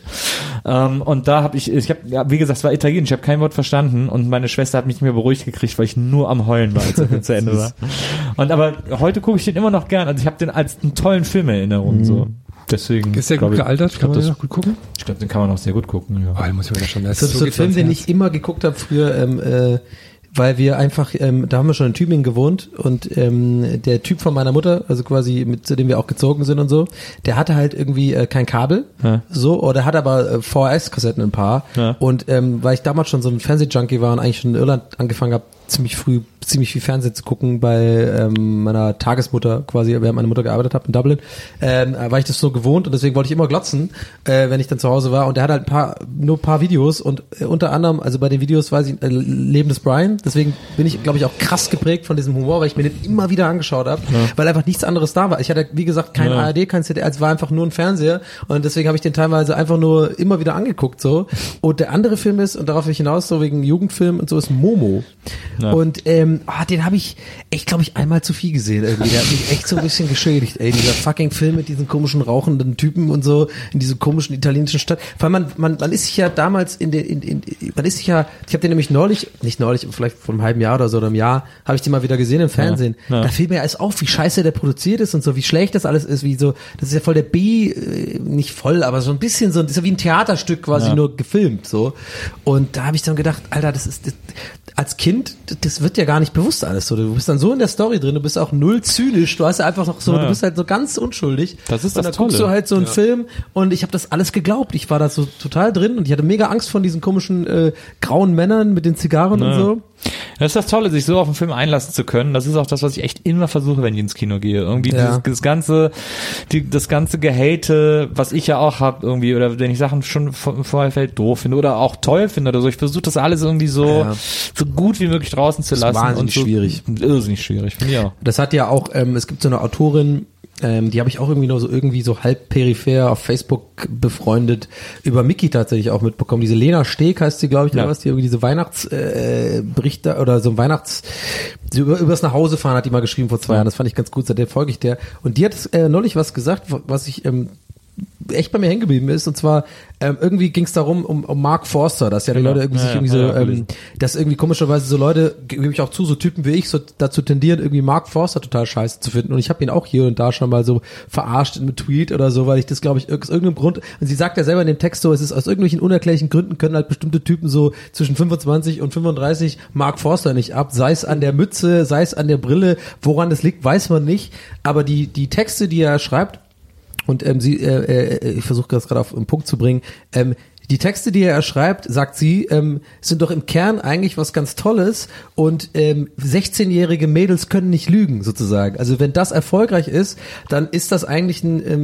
Und da habe ich wie gesagt, es war Italienisch, ich habe kein Wort verstanden und meine Schwester hat mich nicht mehr beruhigt gekriegt, weil ich nur am Heulen war, als er zu Ende war. Aber heute gucke ich den immer noch gern. Also ich habe den als einen tollen Film in Erinnerung. So. Deswegen. Ist der gut gealtert? Kann man das noch gut gucken? Ich glaube, den kann man auch sehr gut gucken. Ja. Den muss ich wieder schon. Das ist so ein Film, den ich immer geguckt habe früher, weil wir einfach, da haben wir schon in Tübingen gewohnt und der Typ von meiner Mutter, also quasi zu dem wir auch gezogen sind und so, der hatte halt irgendwie kein Kabel, so, oder hat aber VHS-Kassetten ein paar. Ja. Und weil ich damals schon so ein Fernsehjunkie war und eigentlich schon in Irland angefangen habe, ziemlich viel Fernsehen zu gucken bei meiner Tagesmutter quasi, während meine Mutter gearbeitet hat in Dublin, war ich das so gewohnt und deswegen wollte ich immer glotzen, wenn ich dann zu Hause war und der hat halt nur ein paar Videos und unter anderem, also bei den Videos weiß ich, Leben des Brian, deswegen bin ich, glaube ich, auch krass geprägt von diesem Humor, weil ich mir den immer wieder angeschaut habe, weil einfach nichts anderes da war. Ich hatte, wie gesagt, kein ARD, kein ZDF, es war einfach nur ein Fernseher und deswegen habe ich den teilweise einfach nur immer wieder angeguckt, so. Und der andere Film ist, und darauf will ich hinaus, so wegen Jugendfilm und so, ist Momo. Ja. Und den habe ich echt, glaube ich, einmal zu viel gesehen irgendwie. Der hat mich echt so ein bisschen geschädigt, ey, dieser fucking Film mit diesen komischen rauchenden Typen und so in dieser komischen italienischen Stadt. Weil man ist sich ja damals ich habe den nämlich nicht neulich, vielleicht vor einem halben Jahr oder so oder einem Jahr, habe ich den mal wieder gesehen im Fernsehen. Ja. Da fiel mir alles auf, wie scheiße der produziert ist und so, wie schlecht das alles ist, wie so, das ist ja voll der nicht voll, aber so ein bisschen so, das ist ja wie ein Theaterstück quasi nur gefilmt, so. Und da habe ich dann gedacht, Alter, als Kind, das wird ja gar nicht bewusst alles so. Du bist dann so in der Story drin, du bist auch null zynisch, du hast ja einfach noch so, du bist halt so ganz unschuldig. Das ist das Tolle. Und dann guckst du halt so einen Film und ich habe das alles geglaubt. Ich war da so total drin und ich hatte mega Angst von diesen komischen grauen Männern mit den Zigarren und so. Das ist das Tolle, sich so auf einen Film einlassen zu können. Das ist auch das, was ich echt immer versuche, wenn ich ins Kino gehe. Irgendwie das ganze Gehate, was ich ja auch habe irgendwie, oder wenn ich Sachen schon im Vorfeld doof finde oder auch toll finde oder so. Ich versuche das alles irgendwie so gut wie möglich draußen zu lassen. Wahnsinnig schwierig. Irrsinnig schwierig, finde ich auch. Das hat ja auch, es gibt so eine Autorin, die habe ich auch irgendwie so halb peripher auf Facebook befreundet, über Mickey tatsächlich auch mitbekommen. Diese Lena Steg heißt sie, glaube ich, oder was, die irgendwie diese Weihnachtsberichte oder so ein übers Nachhausefahren hat die mal geschrieben vor 2 Jahren. Das fand ich ganz gut, seitdem folge ich der. Und die hat neulich was gesagt, was ich echt bei mir hängen geblieben ist, und zwar irgendwie ging es darum, um Mark Forster, dass ja die Leute irgendwie dass irgendwie komischerweise so Leute, gebe ich auch zu, so Typen wie ich, so dazu tendieren, irgendwie Mark Forster total scheiße zu finden, und ich habe ihn auch hier und da schon mal so verarscht in einem Tweet oder so, weil ich das, glaube ich, aus irgendeinem Grund, und sie sagt ja selber in dem Text so, es ist aus irgendwelchen unerklärlichen Gründen können halt bestimmte Typen so zwischen 25 und 35 Mark Forster nicht ab, sei es an der Mütze, sei es an der Brille, woran das liegt, weiß man nicht, aber die Texte, die er schreibt, und ich versuche das gerade auf den Punkt zu bringen, die Texte, die er schreibt, sagt sie, sind doch im Kern eigentlich was ganz Tolles, und 16-jährige Mädels können nicht lügen, sozusagen. Also wenn das erfolgreich ist, dann ist das eigentlich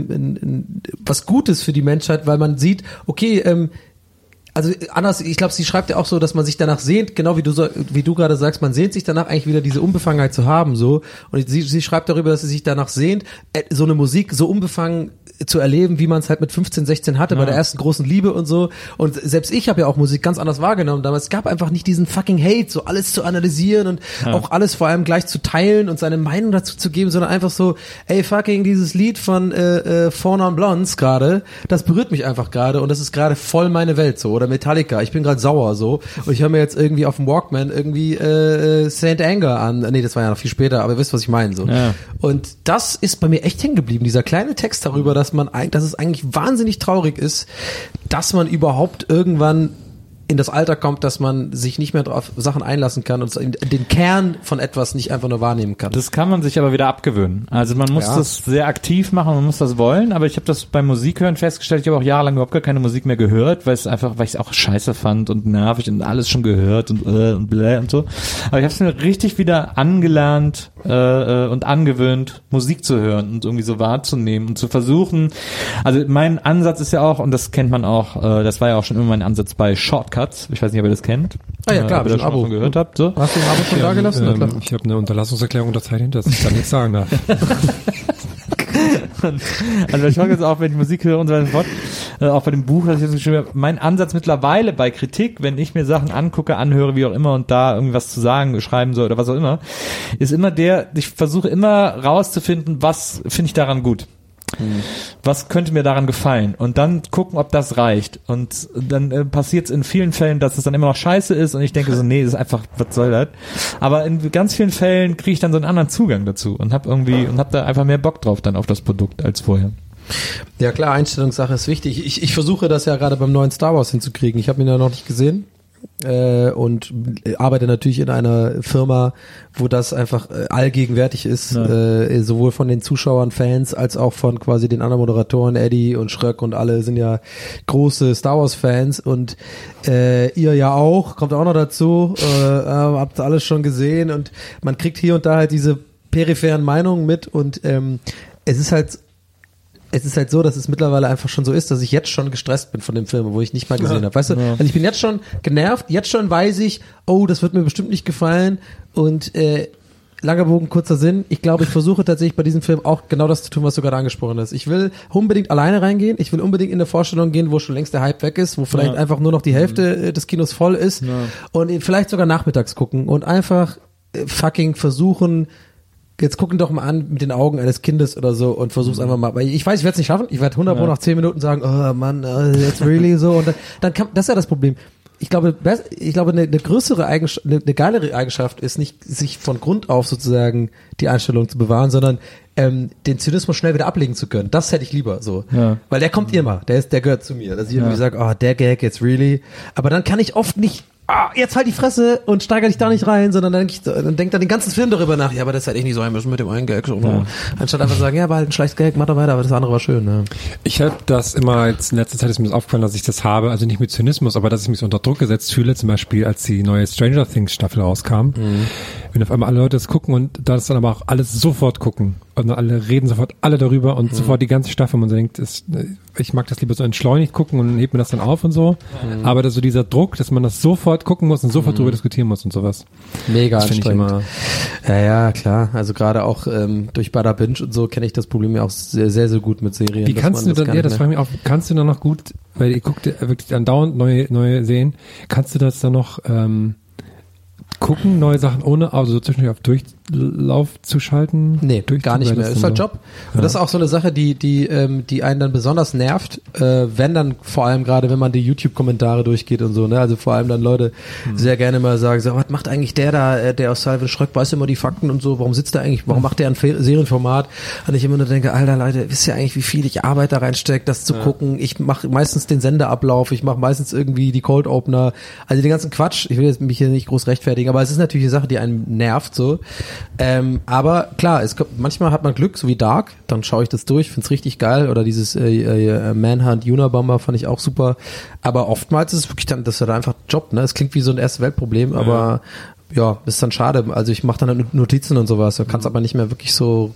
was Gutes für die Menschheit, weil man sieht, okay, also anders, ich glaube, sie schreibt ja auch so, dass man sich danach sehnt, genau wie du gerade sagst, man sehnt sich danach eigentlich wieder diese Unbefangenheit zu haben, so. Und sie schreibt darüber, dass sie sich danach sehnt, so eine Musik so unbefangen zu erleben, wie man es halt mit 15, 16 hatte, bei der ersten großen Liebe und so. Und selbst ich habe ja auch Musik ganz anders wahrgenommen damals. Es gab einfach nicht diesen fucking Hate, so alles zu analysieren und auch alles vor allem gleich zu teilen und seine Meinung dazu zu geben, sondern einfach so, ey, fucking dieses Lied von Four Non Blondes gerade, das berührt mich einfach gerade und das ist gerade voll meine Welt so. Oder Metallica, ich bin gerade sauer so und ich höre mir jetzt irgendwie auf dem Walkman irgendwie Saint Anger an. Nee, das war ja noch viel später, aber ihr wisst, was ich meine so. Ja. Und das ist bei mir echt hängen geblieben, dieser kleine Text darüber, dass es eigentlich wahnsinnig traurig ist, dass man überhaupt irgendwann in das Alter kommt, dass man sich nicht mehr auf Sachen einlassen kann und den Kern von etwas nicht einfach nur wahrnehmen kann. Das kann man sich aber wieder abgewöhnen. Also man muss das sehr aktiv machen, man muss das wollen, aber ich habe das beim Musikhören festgestellt, ich habe auch jahrelang überhaupt gar keine Musik mehr gehört, weil ich es auch scheiße fand und nervig und alles schon gehört und bläh und so. Aber ich habe es mir richtig wieder angelernt und angewöhnt, Musik zu hören und irgendwie so wahrzunehmen und zu versuchen. Also mein Ansatz ist ja auch, und das kennt man auch, das war ja auch schon immer mein Ansatz bei Shortcuts. Ich weiß nicht, ob ihr das kennt. Ah ja, klar, ob ihr das schon Abo gehört habt. So. Hast du ein Abo schon da gelassen? Ich habe eine Unterlassungserklärung unterzeichnet, dass ich da nichts sagen darf. Also ich mag jetzt auch, wenn ich Musik höre und so weiter und so fort, auch bei dem Buch, das ich jetzt geschrieben habe, mein Ansatz mittlerweile bei Kritik, wenn ich mir Sachen angucke, anhöre, wie auch immer und da irgendwas zu sagen, schreiben soll oder was auch immer, ist immer ich versuche immer rauszufinden, was finde ich daran gut. Was könnte mir daran gefallen? Und dann gucken, ob das reicht. Und dann passiert es in vielen Fällen, dass es dann immer noch scheiße ist und ich denke so, nee, das ist einfach, was soll das? Aber in ganz vielen Fällen kriege ich dann so einen anderen Zugang dazu und hab da einfach mehr Bock drauf dann auf das Produkt als vorher. Ja klar, Einstellungssache ist wichtig. Ich versuche das ja gerade beim neuen Star Wars hinzukriegen. Ich habe ihn ja noch nicht gesehen. Und arbeite natürlich in einer Firma, wo das einfach allgegenwärtig ist, sowohl von den Zuschauern, Fans, als auch von quasi den anderen Moderatoren, Eddie und Schröck und alle sind ja große Star Wars Fans und ihr ja auch, kommt auch noch dazu, habt alles schon gesehen und man kriegt hier und da halt diese peripheren Meinungen mit und es ist halt so, dass es mittlerweile einfach schon so ist, dass ich jetzt schon gestresst bin von dem Film, wo ich nicht mal gesehen habe. Weißt du, also ich bin jetzt schon genervt, jetzt schon weiß ich, oh, das wird mir bestimmt nicht gefallen und langer Bogen, kurzer Sinn. Ich glaube, ich versuche tatsächlich bei diesem Film auch genau das zu tun, was du gerade angesprochen hast. Ich will unbedingt alleine reingehen, ich will unbedingt in eine Vorstellung gehen, wo schon längst der Hype weg ist, wo vielleicht einfach nur noch die Hälfte des Kinos voll ist und vielleicht sogar nachmittags gucken und einfach fucking versuchen, jetzt gucken doch mal an mit den Augen eines Kindes oder so und versuch's einfach mal, weil ich weiß, ich werde es nicht schaffen, ich werde 100% nach 10 Minuten sagen, oh Mann, that's really so und dann kann, das ist ja das Problem. Ich glaube, eine größere Eigenschaft, eine geilere Eigenschaft ist nicht, sich von Grund auf sozusagen die Einstellung zu bewahren, sondern den Zynismus schnell wieder ablegen zu können. Das hätte ich lieber so. Ja. Weil der kommt immer, der gehört zu mir. Dass ich irgendwie sage, oh, der Gag jetzt really. Aber dann kann ich oft nicht jetzt halt die Fresse und steigere dich da nicht rein, sondern dann denkt dann den ganzen Film darüber nach, ja, aber das hätte ich nicht sein müssen mit dem einen Gag. Anstatt einfach sagen, ja, war halt ein schlechtes Gag, mach doch weiter, aber das andere war schön. Ne? Ich habe das immer, jetzt in letzter Zeit ist mir das aufgefallen, dass ich das habe, also nicht mit Zynismus, aber dass ich mich so unter Druck gesetzt fühle, zum Beispiel als die neue Stranger Things Staffel rauskam, wenn auf einmal alle Leute das gucken und das dann aber auch alles sofort gucken und alle reden sofort alle darüber und sofort die ganze Staffel und man so denkt, ich mag das lieber so entschleunigt gucken und hebt mir das dann auf und so, aber das so dieser Druck, dass man das sofort gucken muss und sofort drüber diskutieren muss und sowas. Mega anstrengend. Ja, klar. Also gerade auch durch Bada Binge und so kenne ich das Problem ja auch sehr, sehr, sehr gut mit Serien. Wie kannst du dann, das frage ich mich auch, kannst du dann noch gut, weil ihr guckt wirklich andauernd neue Serien, kannst du das dann noch gucken, neue Sachen ohne, also so zwischendurch auf Durchlauf zu schalten? Nee, gar nicht mehr. Ist halt Job. Und das ist auch so eine Sache, die einen dann besonders nervt, wenn dann vor allem gerade, wenn man die YouTube-Kommentare durchgeht und so, ne, also vor allem dann Leute sehr gerne mal sagen, so, was macht eigentlich der da, der aus Salven Schröck, weiß immer die Fakten und so, warum sitzt der eigentlich, warum macht der ein Serienformat? Und ich immer nur denke, Alter Leute, wisst ihr eigentlich, wie viel ich Arbeit da reinstecke, das zu gucken? Ich mache meistens den Sendeablauf, ich mache meistens irgendwie die Cold Opener, also den ganzen Quatsch, ich will jetzt mich hier nicht groß rechtfertigen, aber es ist natürlich eine Sache, die einen nervt, so. Aber klar, manchmal hat man Glück, so wie Dark, dann schaue ich das durch, find's richtig geil, oder dieses Manhunt Unabomber fand ich auch super, aber oftmals ist es wirklich dann, das ist halt einfach Job, ne, es klingt wie so ein Erste-Welt-Problem, aber ja, ist dann schade, also ich mache dann Notizen und sowas, kann's aber nicht mehr wirklich so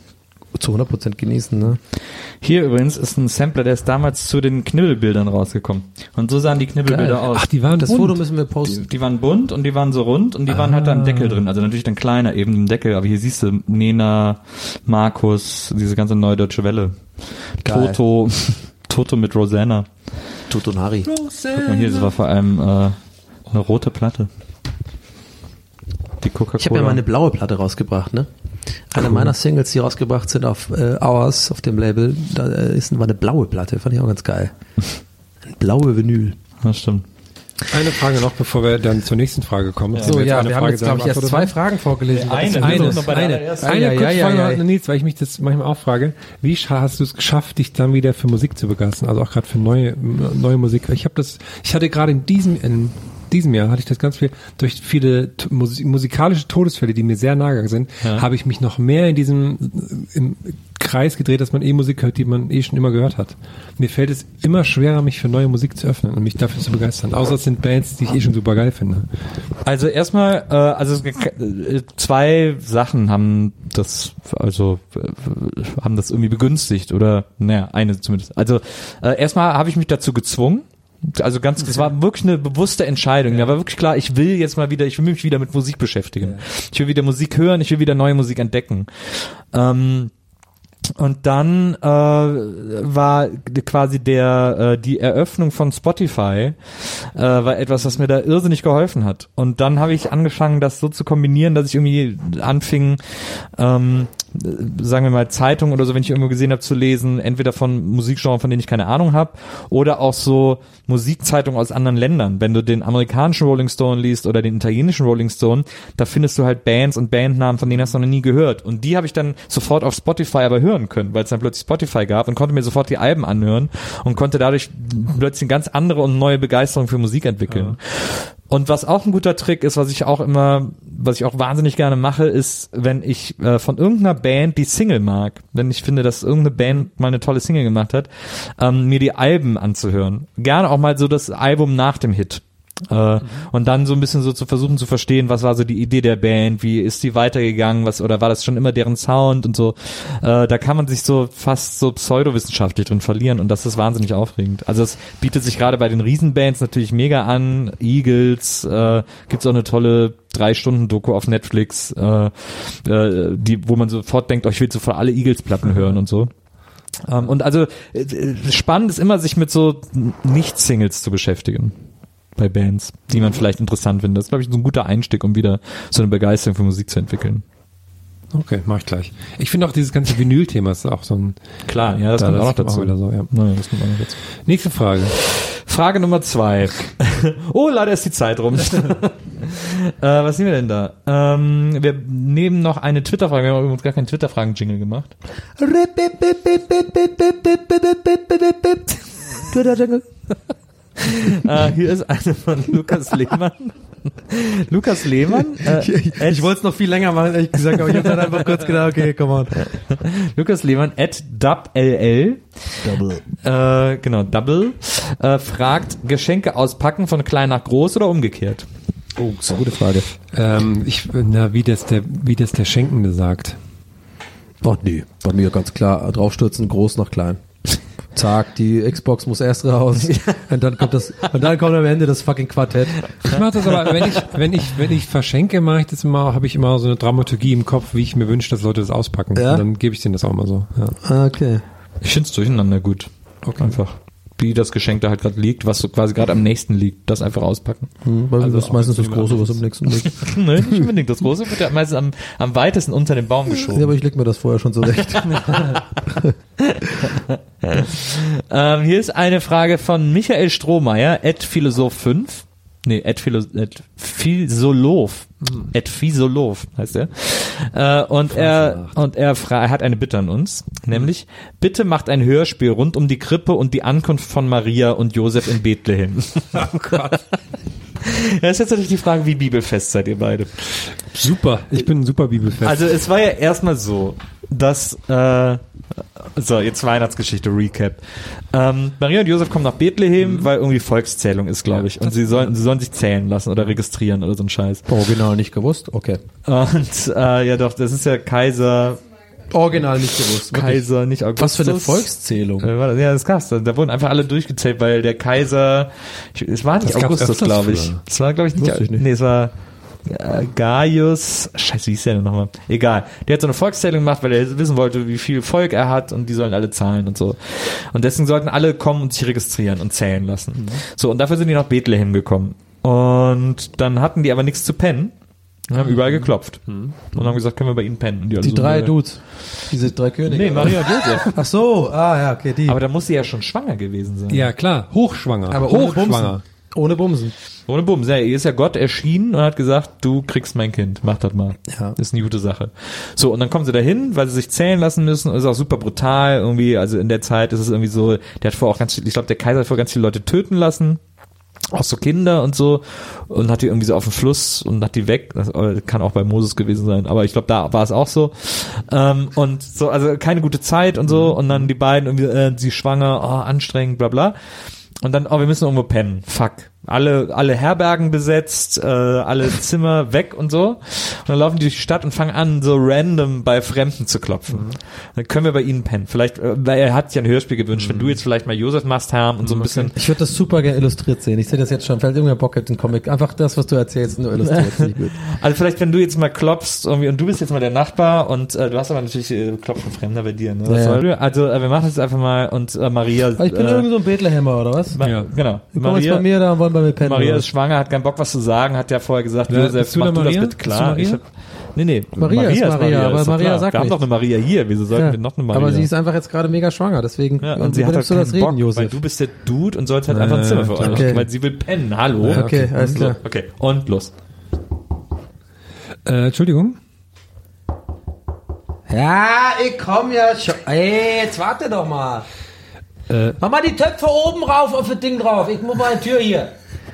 zu 100% genießen, ne? Hier übrigens ist ein Sampler, der ist damals zu den Knibbelbildern rausgekommen. Und so sahen die Knibbelbilder Geil. aus. Ach, die waren Das bunt. Foto müssen wir posten. Die waren bunt und die waren so rund und die waren halt da ein Deckel drin. Also natürlich dann kleiner, eben im Deckel. Aber hier siehst du Nena, Markus, diese ganze Neue Deutsche Welle. Geil. Toto mit Rosanna. Totonari. Guck mal hier, das war vor allem eine rote Platte. Die Coca-Cola. Ich habe ja mal eine blaue Platte rausgebracht, ne? Eine meiner Singles, die rausgebracht sind auf Hours, auf dem Label, da war eine blaue Platte, fand ich auch ganz geil. Eine blaue Vinyl. Das stimmt. Eine Frage noch, bevor wir dann zur nächsten Frage kommen. So, ja, wir haben jetzt, glaube ich, erst 2 Fragen vorgelesen. Eine kurze Frage, Nils, weil ich mich das manchmal auch frage. Wie hast du es geschafft, dich dann wieder für Musik zu begeistern? Also auch gerade für neue Musik. Ich hatte gerade in diesem Jahr hatte ich das ganz viel, durch viele musikalische Todesfälle, die mir sehr nahe gegangen sind, habe ich mich noch mehr im Kreis gedreht, dass man Musik hört, die man schon immer gehört hat. Mir fällt es immer schwerer, mich für neue Musik zu öffnen und mich dafür zu begeistern. Außer es sind Bands, die ich schon super geil finde. Also erstmal, 2 Sachen haben das irgendwie begünstigt oder, eine zumindest. Also erstmal habe ich mich dazu gezwungen. Also es war wirklich eine bewusste Entscheidung. Da war wirklich klar, ich will mich wieder mit Musik beschäftigen. Ich will wieder Musik hören, ich will wieder neue Musik entdecken. Und dann war quasi die Eröffnung von Spotify war etwas, was mir da irrsinnig geholfen hat. Und dann habe ich angefangen, das so zu kombinieren, dass ich irgendwie anfing, sagen wir mal Zeitungen oder so, wenn ich irgendwo gesehen habe, zu lesen, entweder von Musikgenres, von denen ich keine Ahnung habe, oder auch so Musikzeitungen aus anderen Ländern. Wenn du den amerikanischen Rolling Stone liest oder den italienischen Rolling Stone, da findest du halt Bands und Bandnamen, von denen hast du noch nie gehört. Und die habe ich dann sofort auf Spotify aber hören können, weil es dann plötzlich Spotify gab und konnte mir sofort die Alben anhören und konnte dadurch plötzlich eine ganz andere und neue Begeisterung für Musik entwickeln. Ja. Und was auch ein guter Trick ist, was ich auch wahnsinnig gerne mache, ist, wenn ich von irgendeiner Band die Single mag, wenn ich finde, dass irgendeine Band mal eine tolle Single gemacht hat, mir die Alben anzuhören. Gerne auch mal so das Album nach dem Hit. Und dann so ein bisschen so zu versuchen zu verstehen, was war so die Idee der Band, wie ist die weitergegangen, oder war das schon immer deren Sound und so. Da kann man sich so fast so pseudowissenschaftlich drin verlieren und das ist wahnsinnig aufregend. Also es bietet sich gerade bei den Riesenbands natürlich mega an. Eagles, gibt's auch eine tolle 3-Stunden-Doku auf Netflix, wo man sofort denkt, ich will sofort alle Eagles-Platten hören und so. Und also spannend ist immer, sich mit so Nicht-Singles zu beschäftigen. Bei Bands, die man vielleicht interessant findet. Das ist, glaube ich, so ein guter Einstieg, um wieder so eine Begeisterung für Musik zu entwickeln. Okay, mach ich gleich. Ich finde auch dieses ganze Vinyl-Thema ist auch so ein... Klar, ja, das kommt auch noch dazu. So, ja. Naja, das kommt auch noch dazu. Nächste Frage. Frage Nummer 2. Oh, leider ist die Zeit rum. Was nehmen wir denn da? Wir nehmen noch eine Twitter-Frage. Wir haben übrigens gar keinen Twitter-Fragen-Jingle gemacht. Twitter-Jingle. Hier ist eine von Lukas Lehmann. Lukas Lehmann. Ich wollte es noch viel länger machen, ehrlich gesagt, aber ich habe dann einfach kurz gedacht, okay, come on. Lukas Lehmann @dubll. Double. Fragt, Geschenke auspacken von klein nach groß oder umgekehrt? Oh, das ist eine gute Frage. Wie das der Schenkende sagt. Oh, nee, bei mir ganz klar, draufstürzen, groß nach klein. Zack, die Xbox muss erst raus und dann kommt am Ende das fucking Quartett. Ich mache das aber, wenn ich verschenke, mache ich das immer, habe ich immer so eine Dramaturgie im Kopf, wie ich mir wünsche, dass Leute das auspacken. Ja? Und dann gebe ich denen das auch mal so. Ja. Okay. Ich find's durcheinander gut. Okay. Einfach. Wie das Geschenk da halt gerade liegt, was so quasi gerade am nächsten liegt, das einfach auspacken. Weil also das ist meistens das Große, was am nächsten liegt. Nein, nicht unbedingt. Das Große wird ja meistens am weitesten unter den Baum geschoben. Ja, aber ich leg mir das vorher schon so recht. Hier ist eine Frage von Michael Strohmeier, @philosoph5. Nee, @Fisolov. @Fisolov heißt er. Und er hat eine Bitte an uns, nämlich, bitte macht ein Hörspiel rund um die Krippe und die Ankunft von Maria und Josef in Bethlehem. Oh Gott. Ja, ist jetzt natürlich die Frage, wie bibelfest seid ihr beide? Super, ich bin super bibelfest. Also es war ja erstmal so, dass jetzt Weihnachtsgeschichte, Recap. Maria und Josef kommen nach Bethlehem, weil irgendwie Volkszählung ist, glaube ich. Und sie sollen sich zählen lassen oder registrieren oder so ein Scheiß. Oh, genau, nicht gewusst? Okay. Und ja doch, das ist ja Kaiser Original nicht gewusst. wirklich. Kaiser, nicht Augustus. Was für eine Volkszählung. Ja, das gab's. Da wurden einfach alle durchgezählt, weil der Kaiser, es war nicht Das gab's Augustus, öfters glaube ich. früher. Es war, glaube ich, Wusste ich nicht. nicht. Nee, es war Gaius, scheiße, wie hieß der denn nochmal? Egal. Der hat so eine Volkszählung gemacht, weil er wissen wollte, wie viel Volk er hat und die sollen alle zahlen und so. Und deswegen sollten alle kommen und sich registrieren und zählen lassen. So, und dafür sind die nach Bethlehem gekommen. Und dann hatten die aber nichts zu pennen. Und haben überall geklopft. Und haben gesagt, können wir bei ihnen pennen? Und alle Die so, drei nee. Dudes. Diese 3 Könige. Nee, Maria und Josef. Ach so, ja, okay, die. Aber da muss sie ja schon schwanger gewesen sein. Ja, klar, hochschwanger. Aber ohne hochschwanger. Bumsen. Ohne Bumsen. Ohne Bums. Ja, ihr ist ja Gott erschienen und hat gesagt, du kriegst mein Kind. Mach das mal. Ja. Das ist eine gute Sache. So, und dann kommen sie dahin, weil sie sich zählen lassen müssen. Ist auch super brutal irgendwie. Also in der Zeit ist es irgendwie so, der hat vorher auch ich glaube, der Kaiser hat vorher ganz viele Leute töten lassen. Auch so Kinder und so. Und hat die irgendwie so auf dem Fluss und hat die weg. Das kann auch bei Moses gewesen sein. Aber ich glaube, da war es auch so. Und so, also keine gute Zeit und so. Und dann die beiden irgendwie, sie schwanger, anstrengend, bla bla. Und dann, wir müssen irgendwo pennen. Fuck. Alle Herbergen besetzt, alle Zimmer weg und so. Und dann laufen die durch die Stadt und fangen an, so random bei Fremden zu klopfen. Dann können wir bei ihnen pennen. Vielleicht, weil er hat sich ein Hörspiel gewünscht, wenn du jetzt vielleicht mal Josef machst, Herr, und so ein bisschen. Ich würde das super gerne illustriert sehen. Ich sehe das jetzt schon. Vielleicht irgendwer Bock hat den Comic. Einfach das, was du erzählst, nur illustriert. Finde ich gut. Also vielleicht, wenn du jetzt mal klopfst irgendwie, und du bist jetzt mal der Nachbar und du hast aber natürlich klopfen Fremder bei dir. Ne? Was soll du? Also wir machen das einfach mal und Maria. Aber ich bin irgend so ein Bethlehemer, oder was? Ja. Genau. Die kommen jetzt bei mir, da wollen wir mit pennen. Maria oder? ist schwanger, hat keinen Bock, was zu sagen, hat ja vorher gesagt, Wer- Josef, bist du mach da du das Maria? bitte klar. Bist du Maria? Nee, Maria ist Maria, aber ist doch Maria klar. sagt wir haben nichts. doch eine Maria hier, wieso sollten Ja. wir noch eine Maria? Aber sie ist einfach jetzt gerade mega schwanger, deswegen ja, und sie hat halt du das keinen Bock, reden, weil Josef. du bist der Dude und sollst halt einfach ein Zimmer für euch, okay. weil sie will pennen, hallo. Okay, alles klar. Okay, und los. Entschuldigung. Ja, ich komm ja schon. Ey, jetzt warte doch mal. Mach mal die Töpfe oben rauf auf das Ding drauf. Ich muss mal eine Tür hier.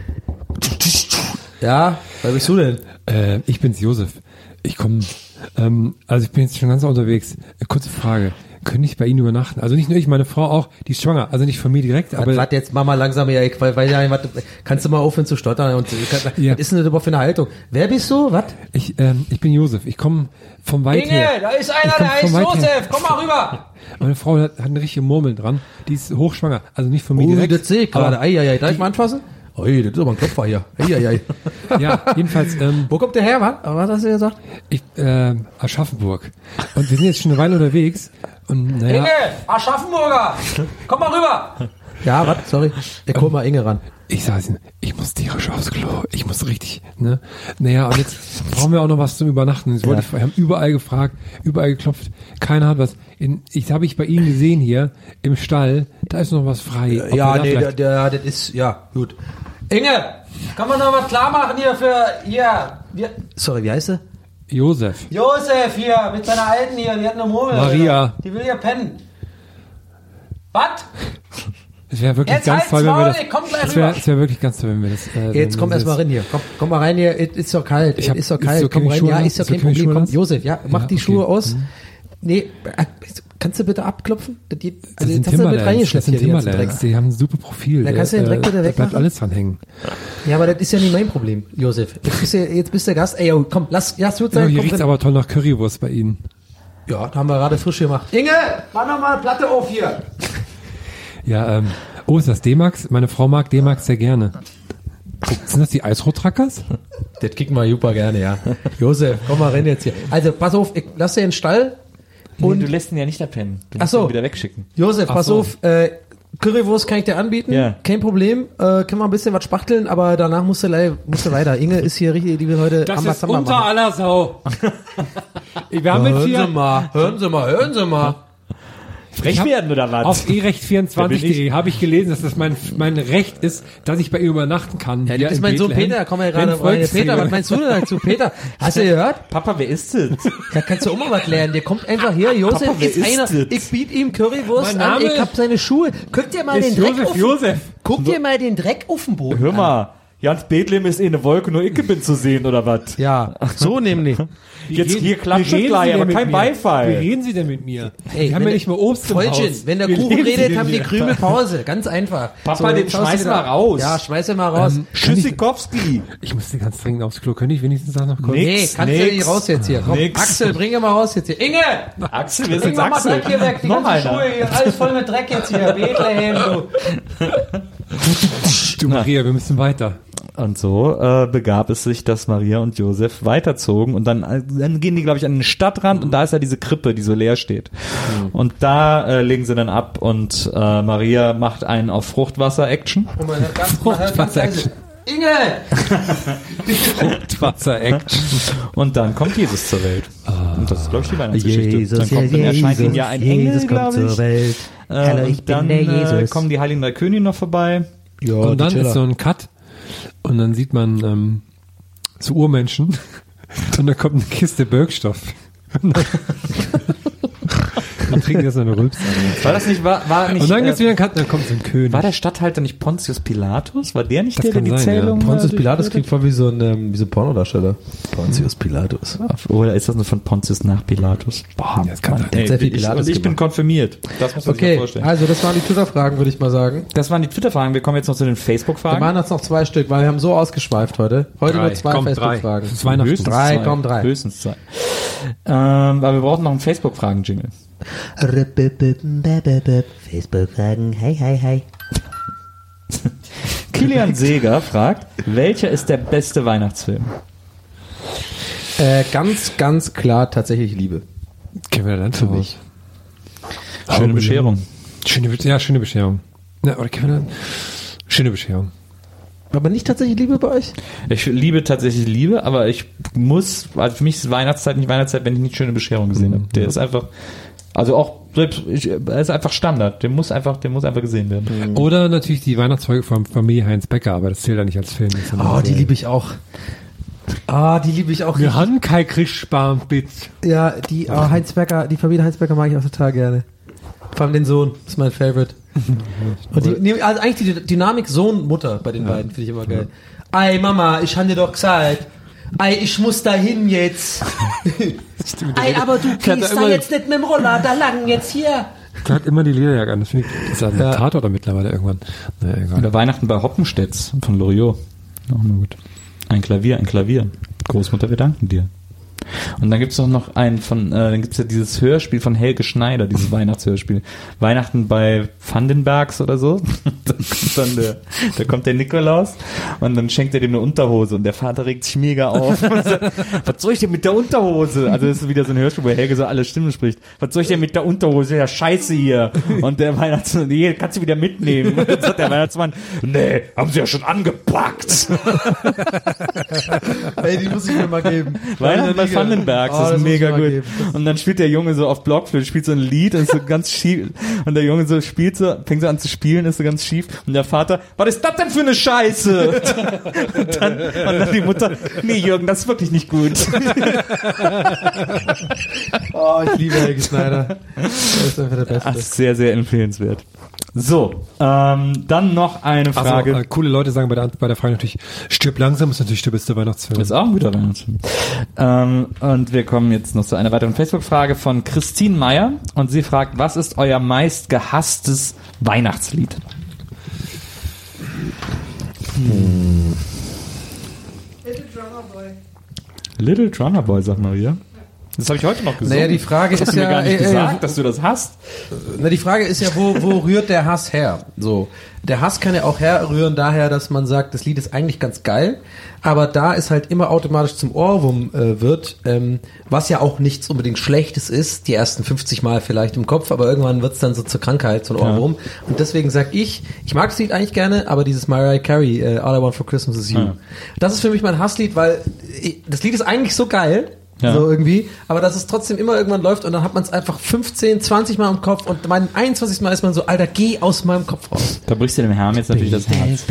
Ja, wer bist du denn? Ich bin's, Josef. Ich komme, also ich bin jetzt schon ganz unterwegs. Kurze Frage. Könnte ich bei Ihnen übernachten? Also nicht nur ich, meine Frau auch, die ist schwanger. Also nicht von mir direkt, aber... Warte jetzt, mach mal langsam hier. Kannst du mal aufhören zu stottern? Ja. Was ist denn das überhaupt für eine Haltung? Wer bist du? Was? Ich bin Josef. Ich komme vom Weit her. da ist einer, Ich komm der heißt von weit her. Josef. Komm mal rüber. Meine Frau hat eine richtige Murmel dran. Die ist hochschwanger. Also nicht von mir Oh, direkt. das sehe ich gerade. aber- Eieiei, darf ich mal anfassen? Ui, das ist aber ein Klopfer hier. Eieiei. Ja, jedenfalls, Wo kommt der her, was hast du gesagt? Aschaffenburg. Und wir sind jetzt schon eine Weile unterwegs. Und naja, Aschaffenburger, komm mal rüber. Ja, was? Sorry. Ich hol mal Inge ran. ich sag's Ihnen, ich muss tierisch aufs Klo. Ich muss richtig, ne? Naja, und jetzt brauchen wir auch noch was zum Übernachten. Jetzt wollte wir haben überall gefragt, überall geklopft. Keiner hat was. Habe ich bei Ihnen gesehen hier im Stall, da ist noch was frei. Ob Ja, wir da nee, vielleicht- das ist, ja, gut. Inge, kann man noch was klar machen hier sorry, wie heißt sie? Josef. Josef hier, mit seiner Alten hier, die hat eine Murmel. Maria. Alter. Die will hier pennen. Was? Es wäre wirklich Jetzt ganz halt's toll, wenn wir Maul, das. ich komm gleich Es wäre rüber. wirklich ganz toll, wenn wir das. Jetzt komm erst mal rein hier. Komm mal rein hier. Es ist doch kalt. Ich hab- ist doch ist kalt. so Komm keine rein. Schuhe Ja, an? ist doch Ist so kein keine Problem. Schuhe Komm, an? Josef, ja, mach Ja, die okay. Schuhe aus. Nee, kannst du bitte abklopfen? Das jetzt sind hast du mit Timberlands. Das reingeschleppt sind hier, die ganzen Timberlands. Dreck. Die haben ein super Profil. Da kannst du den Dreck wieder Da bleibt wegmachen. alles dran hängen. Ja, aber das ist ja nicht mein Problem, Josef. Jetzt bist du Gast. Ey, yo, komm, lass gut Ja, sein. hier Komm riecht's drin. aber toll nach Currywurst bei Ihnen. Ja, da haben wir gerade frisch gemacht. Inge, mach noch mal eine Platte auf hier. Ja, ist das D-Max? Meine Frau mag D-Max sehr gerne. Sind das die Eisrot-Trackers? Das kicken wir super gerne, ja. Josef, komm mal rein jetzt hier. Also, pass auf, ich lass dir in den Stall. Und du lässt ihn ja nicht da pennen. Du Ach musst so. ihn wieder wegschicken. Josef, pass so. auf, Currywurst kann ich dir anbieten. Ja. Kein Problem. Können wir ein bisschen was spachteln, aber danach musst du weiter. Inge ist hier richtig, die will heute Ambazamba machen. aller Sau. Wir haben jetzt hier Hören Sie mal. Frech werden oder was? auf erecht24.de habe ich gelesen, dass das mein Recht ist, dass ich bei ihr übernachten kann. Ja, Hier das ist in mein Sohn Bethlehem. Peter, komm ja Wenn gerade rein. Peter, was meinst du denn dazu? Peter, hast du gehört? Papa, wer ist das? Da kannst du auch mal was lernen. Der kommt einfach her, Josef Papa, wer ist ist einer. das? Ich biete ihm Currywurst Mein an, Name ich hab seine Schuhe. Guck dir mal ist den Dreck Josef. Guck dir mal den Dreck auf den Boden Hör an. mal. Jans Bethlehem ist eine Wolke, nur ich bin zu sehen, oder was? Ja, so nämlich. Jetzt hier klatscht gleich, aber kein Wie Beifall. reden Sie denn mit mir? Ey, Wir haben ja nicht mehr Obst im Freundchen, Haus. wenn der Wie Kuchen reden Sie redet, denn haben die hier? Krümel Pause. Ganz einfach. Papa, den schaust du schmeiß wieder- mal raus. Ja, schmeiß ihn mal raus. Tschüssikowski. Ich musste ganz dringend aufs Klo. Könnte ich wenigstens sagen noch kurz? Nee, Nix, kannst du nix, nicht raus jetzt hier. Komm, nix. Axel, bring ihn mal raus jetzt hier. Inge! Axel, wir Bring sind mal Axel. Dreck hier weg. Die Noch ganzen einer. Schuhe hier. Alles voll mit Dreck jetzt hier. Bethlehem, du. Du Maria, wir müssen weiter. Und so begab es sich, dass Maria und Josef weiterzogen und dann gehen die, glaube ich, an den Stadtrand und da ist ja diese Krippe, die so leer steht. Und da legen sie dann ab und Maria macht einen auf Fruchtwasser-Action. Und man hört ganz leise, Inge! Fruchtwasser-Action. Und dann kommt Jesus zur Welt. Und das ist, glaube ich, die Weihnachtsgeschichte. Jesus, Dann erscheint ihnen ja ein Engel, glaube ich. Welt. Hallo, ich Und dann bin der Jesus. kommen die Heiligen Drei Könige noch vorbei. Ja, Und dann die ist so Chiller. ein Cut und dann sieht man so Urmenschen und da kommt eine Kiste Birkstoff. Dann trinken die so eine Rülps an. War das nicht, war nicht, Und dann gibt's wieder einen Cut und dann kommt so ein König. war der Statthalter nicht Pontius Pilatus? War der nicht Das der, der kann die sein, ja. Zählung? Pontius Pilatus klingt voll wie so ein Pornodarsteller. Pontius Pilatus. Oder ist das nur von Pontius nach Pilatus? Boah, Ja, das kann sein. ey, Sehr viel ich, Pilatus und ich bin gemacht. konfirmiert. Das muss man sich mal Okay, vorstellen. also das waren die Twitter-Fragen, würde ich mal sagen. Das waren die Twitter-Fragen. Wir kommen jetzt noch zu den Wir Facebook-Fragen. machen jetzt noch 2 Stück, weil wir haben so ausgeschweift heute. Heute nur 2 Komm, Facebook-Fragen. Das ist Weihnachten. Höchstens 3, zwei. komm, 3. Höchstens 2. Aber wir brauchen noch einen Facebook-Fragen-Jingle. Facebook-Fragen, hi. Kilian Seeger fragt, welcher ist der beste Weihnachtsfilm? Ganz klar tatsächlich Liebe. Kevin der Landverhaus. Schöne Bescherung. Schöne Bescherung. Ja, oder Kevin, schöne Bescherung. Aber nicht tatsächlich Liebe bei euch? Ich liebe tatsächlich Liebe, aber ich muss, also für mich ist Weihnachtszeit nicht Weihnachtszeit, wenn ich nicht schöne Bescherung gesehen habe. Der ist einfach, also auch, er ist einfach Standard. Der muss einfach gesehen werden. Oder natürlich die Weihnachtsfolge von Familie Heinz Becker, aber das zählt ja nicht als Film. Das ist ja nur Oh, die so- liebe ich auch. Ah, die liebe ich auch. Wir haben kein Kriegssparn, bitte. Ja, die Heinz Becker, die Familie Heinz Becker mag ich auch total gerne. Vor allem den Sohn, ist mein Favorite. Und also eigentlich die Dynamik Sohn-Mutter bei den beiden finde ich immer geil. Ey Mama, ich habe dir doch gesagt, ey, ich muss da hin jetzt. Ey, aber du gehst da jetzt nicht mit dem Roller, da lang jetzt hier. Der hat immer die Lederjacke an. Das finde ich, das ist ein Tatort mittlerweile irgendwann. Naja, egal. Oder Weihnachten bei Hoppenstedts von Loriot. Auch nur gut. Ein Klavier. Großmutter, wir danken dir. Und dann gibt's noch einen dann gibt's ja dieses Hörspiel von Helge Schneider, dieses Weihnachtshörspiel. Weihnachten bei Vandenbergs oder so. Da kommt der Nikolaus und dann schenkt er dem eine Unterhose und der Vater regt sich mega auf. Und sagt, was soll ich denn mit der Unterhose? Also das ist wieder so ein Hörspiel, wo Helge so alle Stimmen spricht. Was soll ich denn mit der Unterhose? Ja, scheiße hier. Und der Weihnachtsmann, nee, kannst du wieder mitnehmen. Und dann sagt der Weihnachtsmann, nee, haben sie ja schon angepackt. Ey, die muss ich mir mal geben. Weihnachten bei Vandenbergs, Oh, das das ist muss ich mega mal gut. geben. Und dann spielt der Junge so auf Blockflöte, spielt so ein Lied, und ist so ganz schief. Und der Junge so fängt so an zu spielen, ist so ganz schief. Und der Vater, was ist das denn für eine Scheiße? Und dann die Mutter, nee Jürgen, das ist wirklich nicht gut. Oh, ich liebe Helge Schneider. Das ist einfach der Beste. Das ist sehr, sehr empfehlenswert. So, dann noch eine Frage. Also, coole Leute sagen bei der Frage natürlich, stirb langsam ist natürlich der beste Weihnachtsfilm. Das ist auch ein guter Weihnachtsfilm. Und wir kommen jetzt noch zu einer weiteren Facebook-Frage von Christine Meyer. Und sie fragt, was ist euer meist gehasstes Weihnachtslied? Little Drummer Boy. Little Drummer Boy, sagt Maria. Das habe ich heute noch gesungen. Naja, die Frage das hast ist du mir ja, gar nicht gesagt, dass du das hast. Na, die Frage ist ja, wo rührt der Hass her? So, der Hass kann ja auch herrühren daher, dass man sagt, das Lied ist eigentlich ganz geil, aber da es halt immer automatisch zum Ohrwurm wird, was ja auch nichts unbedingt Schlechtes ist, die ersten 50 Mal vielleicht im Kopf, aber irgendwann wird's dann so zur Krankheit, so ein Ohrwurm. Und deswegen sag ich mag das Lied eigentlich gerne, aber dieses Mariah Carey, All I Want for Christmas Is You. Ja. Das ist für mich mein Hasslied, weil das Lied ist eigentlich so geil, Ja. so irgendwie, aber dass es trotzdem immer irgendwann läuft und dann hat man es einfach 15, 20 Mal im Kopf und mein 21. Mal ist man so, Alter, geh aus meinem Kopf raus. Da brichst du dem Herrn jetzt natürlich das Herz.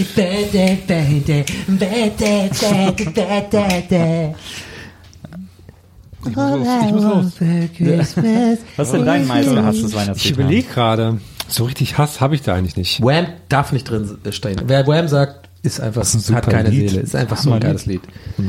Ich muss los. Was ist denn dein meist gehasstes Ich Weihnachtslied? überlege gerade, so richtig Hass habe ich da eigentlich nicht. Wham darf nicht drin stehen. Wer Wham sagt, ist einfach, Das ist ein hat super keine Lied. Seele, ist einfach so ein geiles Lied.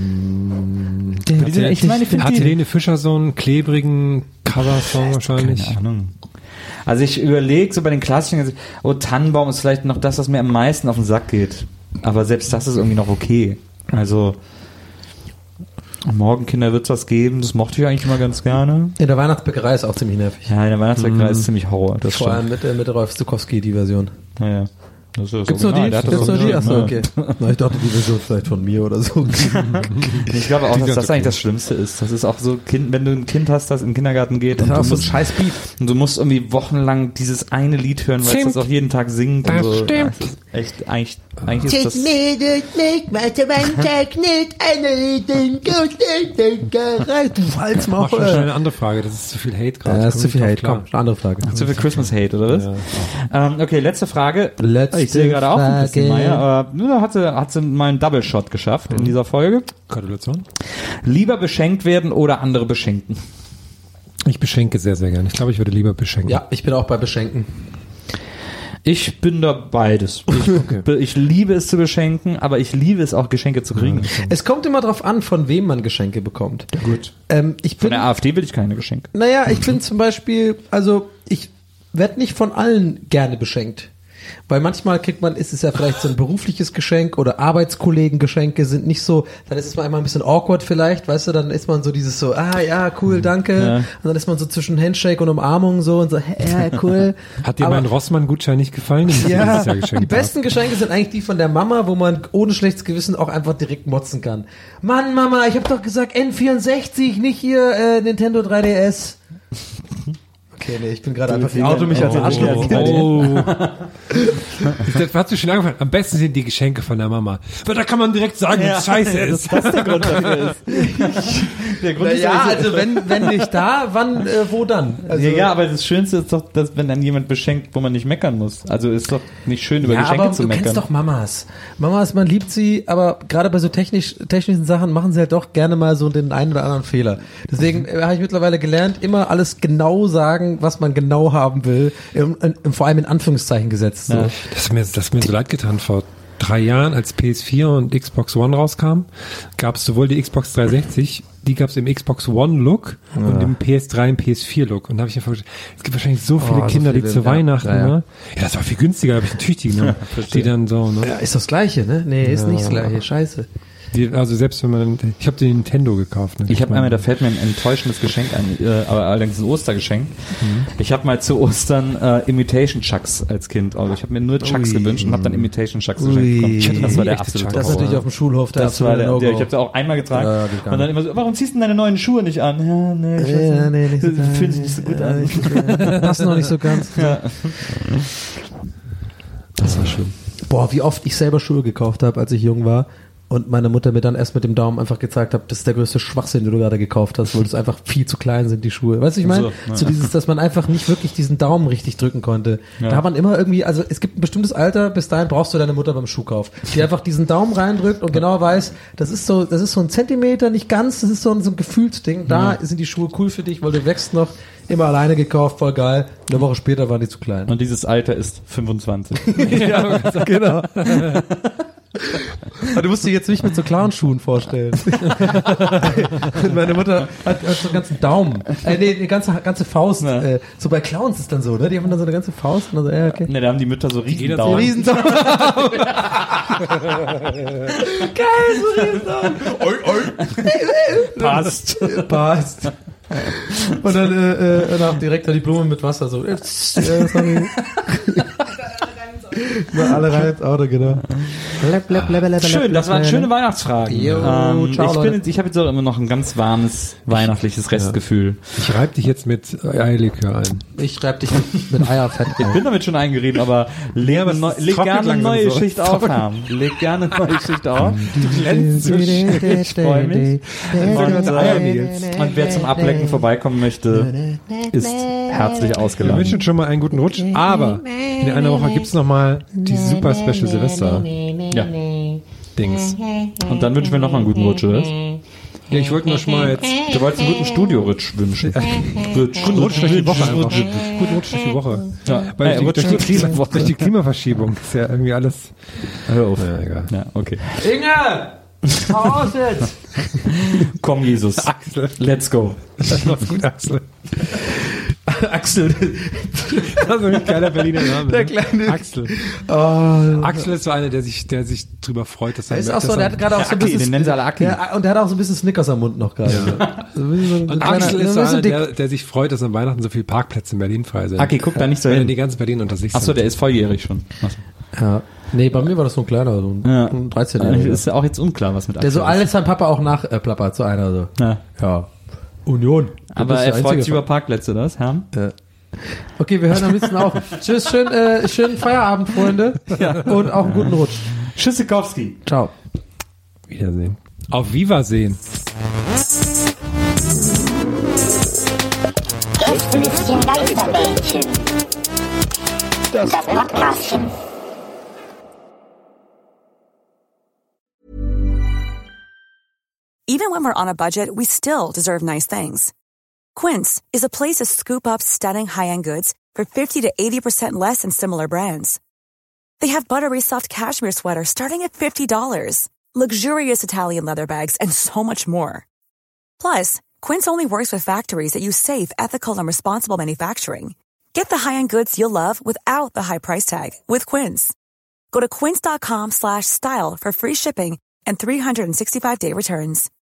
Hat Helene Fischer so einen klebrigen Cover-Song wahrscheinlich? Keine Ahnung. Also ich überlege so bei den Klassikern, Tannenbaum ist vielleicht noch das, was mir am meisten auf den Sack geht. Aber selbst das ist irgendwie noch okay. Also Morgenkinder wird's was geben, das mochte ich eigentlich immer ganz gerne. In der Weihnachtsbäckerei ist auch ziemlich nervig. Ja, in der Weihnachtsbäckerei ist ziemlich Horror. Das Vor allem mit Rolf Zukowski, die Version. Ja. Das ist Gibt's noch die? der hat das Gibt's noch die? geschrieben, Achso, ja. okay. Na, ich dachte, die Version vielleicht von mir oder so. Ich glaube auch, dass das eigentlich das Schlimmste ist. Das ist auch so, wenn du ein Kind hast, das in den Kindergarten geht und Das du ist auch so ein musst, scheiß Beef. und du musst irgendwie wochenlang dieses eine Lied hören, weil es das auch jeden Tag singt. Und Das so. stimmt. Das ist echt, eigentlich ist das... Du halt's Mach schon schnell eine andere Frage, das ist zu viel Hate gerade. Ja, das ist zu viel Hate. Komm, eine andere Frage. Zu viel Christmas Hate, oder was? Ja. Okay, letzte Frage. Letzte Ich sehe gerade auch ein bisschen Frage. Meier, aber nur hat sie mal einen Double Shot geschafft in dieser Folge. Gratulation. Lieber beschenkt werden oder andere beschenken? Ich beschenke sehr, sehr gerne. Ich glaube, ich würde lieber beschenken. Ja, ich bin auch bei Beschenken. Ich bin da beides. Ich liebe es zu beschenken, aber ich liebe es auch, Geschenke zu kriegen. Es kommt immer drauf an, von wem man Geschenke bekommt. Gut. Ich Von bin, der AfD will ich keine Geschenke. naja, ich bin zum Beispiel, also ich werde nicht von allen gerne beschenkt. Weil manchmal ist es ja vielleicht so ein berufliches Geschenk oder Arbeitskollegengeschenke sind nicht so, dann ist es manchmal ein bisschen awkward vielleicht, weißt du, dann ist man so dieses so, ja, cool, danke. Ja. Und dann ist man so zwischen Handshake und Umarmung so und so, ja, cool. Hat dir Aber- mein Rossmann-Gutschein nicht gefallen? Den ich dir Ja, dieses Jahr geschenkt die besten Geschenke sind eigentlich die von der Mama, wo man ohne schlechtes Gewissen auch einfach direkt motzen kann. Mann, Mama, ich hab doch gesagt N64, nicht hier Nintendo 3DS. Okay, nee, ich bin gerade einfach im Auto mich als Arschloch. Das hast du schon angefangen. Am besten sind die Geschenke von der Mama. Weil da kann man direkt sagen, wenn es scheiße ist. Das der Grund dafür ist. Der Grund Ja, also wenn nicht da, wann, wo dann? Also, ja, aber das Schönste ist doch, dass wenn dann jemand beschenkt, wo man nicht meckern muss. Also ist doch nicht schön, über Geschenke aber zu du meckern. kennst doch Mamas. Mamas, man liebt sie, aber gerade bei so technischen Sachen machen sie halt doch gerne mal so den einen oder anderen Fehler. Deswegen habe ich mittlerweile gelernt, immer alles genau sagen, was man genau haben will, vor allem in Anführungszeichen gesetzt. So. Ja. Das ist mir so leid getan. Vor 3 Jahren, als PS4 und Xbox One rauskam, gab es sowohl die Xbox 360, die gab es im Xbox One Look und im PS3 und PS4 Look. Und da habe ich mir vorgestellt, es gibt wahrscheinlich so viele so Kinder, die viele, zu ja. Weihnachten, Ja, ja. ne? Ja, das war viel günstiger, habe ich natürlich die genommen. Die dann so, ne? Ja, ist das Gleiche, ne? Nee, ist nicht das Gleiche. Scheiße. Also selbst wenn man, ich habe den Nintendo gekauft. Ne? Ich habe einmal, da fällt mir ein enttäuschendes Geschenk ein, aber allerdings ein Ostergeschenk. Ich habe mal zu Ostern Imitation Chucks als Kind. Also ich habe mir nur Chucks gewünscht und habe dann Imitation Chucks geschenkt bekommen. Das war der absolute Das ist Horror. natürlich auf dem Schulhof. Das war der, ich habe da auch einmal getragen Ja, geht gar und dann immer so, warum ziehst du denn deine neuen Schuhe nicht an? Ja, nee, ich weiß Ja, nee, nicht so geil. fühlen sich nicht so gut an. Passt noch nicht so ganz. Ja. Das war schön. Boah, wie oft ich selber Schuhe gekauft habe, als ich jung war und meine Mutter mir dann erst mit dem Daumen einfach gezeigt hat, das ist der größte Schwachsinn, den du gerade gekauft hast, weil es einfach viel zu klein sind, die Schuhe. Weißt du, ich meine? So, ja. So dieses, dass man einfach nicht wirklich diesen Daumen richtig drücken konnte. Ja. Da hat man immer irgendwie, also es gibt ein bestimmtes Alter, bis dahin brauchst du deine Mutter beim Schuhkauf, die einfach diesen Daumen reindrückt und genau weiß, das ist so ein Zentimeter, nicht ganz, das ist so ein Gefühlsding. Da sind die Schuhe cool für dich, weil du wächst noch, immer alleine gekauft, voll geil. Eine Woche später waren die zu klein. Und dieses Alter ist 25. Ja, genau. Aber du musst dich jetzt nicht mit so Clownschuhen vorstellen. Meine Mutter hat so einen ganzen Daumen. Eine ganze Faust. Ja. So bei Clowns ist dann so, ne? Die haben dann so eine ganze Faust und dann so, ja, okay. Ne, da haben die Mütter so riesen das Daumen. Riesendaumen. Geil, so Riesendaumen. Passt. Passt. Und dann direkt die Blume mit Wasser so. Sorry. Alle rein ins Auto, genau. Schön, das waren schöne Weihnachtsfragen. Jo, ciao, Leute. Ich habe jetzt auch immer noch ein ganz warmes weihnachtliches Restgefühl. Ich reib dich jetzt mit Eierlikör ein. Ich reib dich mit Eierfett Ich bin damit schon eingerieben, aber leg trocknet gerne eine langsam neue so. Schicht auf, Harm. Leg gerne eine neue Schicht auf. Ich freue mich. Und wer zum Ablecken vorbeikommen möchte, ist herzlich Wir ausgeladen. wünschen schon mal einen guten Rutsch, aber in einer Woche gibt's noch mal die super Special Silvester-Dings. Ja. Und dann wünschen wir noch mal einen guten Rutsch, oder? Ja, ich wollte nur schon mal jetzt Du wolltest einen guten Studio-Rutsch wünschen. guten Rutsch durch die Woche einfach. Guten Rutsch durch die Woche. Ja. Weil Rutsch durch die durch die Klimaverschiebung ist ja irgendwie alles Hör auf. Ja, egal. Ja, okay. Inge! Hau aus jetzt! Komm, Jesus. Axel. Let's go. Das macht's gut, Axel. Axel. Das ist ein geiler Berliner Name. Der kleine Axel. Oh. Axel ist so einer, der sich drüber freut, dass Er ist auch so, der hat gerade auch so ein Aki, bisschen. den nennen sie alle Aki. Ja, und der hat auch so ein bisschen Snickers am Mund noch gerade. Ja. Und Axel ist so einer, der sich freut, dass an Weihnachten so viele Parkplätze in Berlin frei sind. Aki, guck da nicht so Wenn hin. die ganze Berlin unter sich sind. Achso, der ist volljährig schon. Achso. Ja. Nee, bei mir war das so ein kleiner, so ein, Ja. ein 13-Jähriger. Ist ja auch jetzt unklar, was mit Der so Axel alles sein Papa auch nachplappert, so einer so. Ja. Ja. Union. Aber Das ist er der freut einzige sich über Parkplätze, das, Herr? Ja. Okay, wir hören am liebsten auf. Tschüss, schönen Feierabend, Freunde. Ja. Und auch einen guten Rutsch. Tschüssikowski. Ciao. Wiedersehen. Auf Wiedersehen. Gästelistchen Geisterbällchen. Das Podcastchen. Even when we're on a budget, we still deserve nice things. Quince is a place to scoop up stunning high-end goods for 50 to 80% less than similar brands. They have buttery soft cashmere sweaters starting at $50, luxurious Italian leather bags, and so much more. Plus, Quince only works with factories that use safe, ethical, and responsible manufacturing. Get the high-end goods you'll love without the high price tag with Quince. Go to quince.com/style for free shipping and 365-day returns.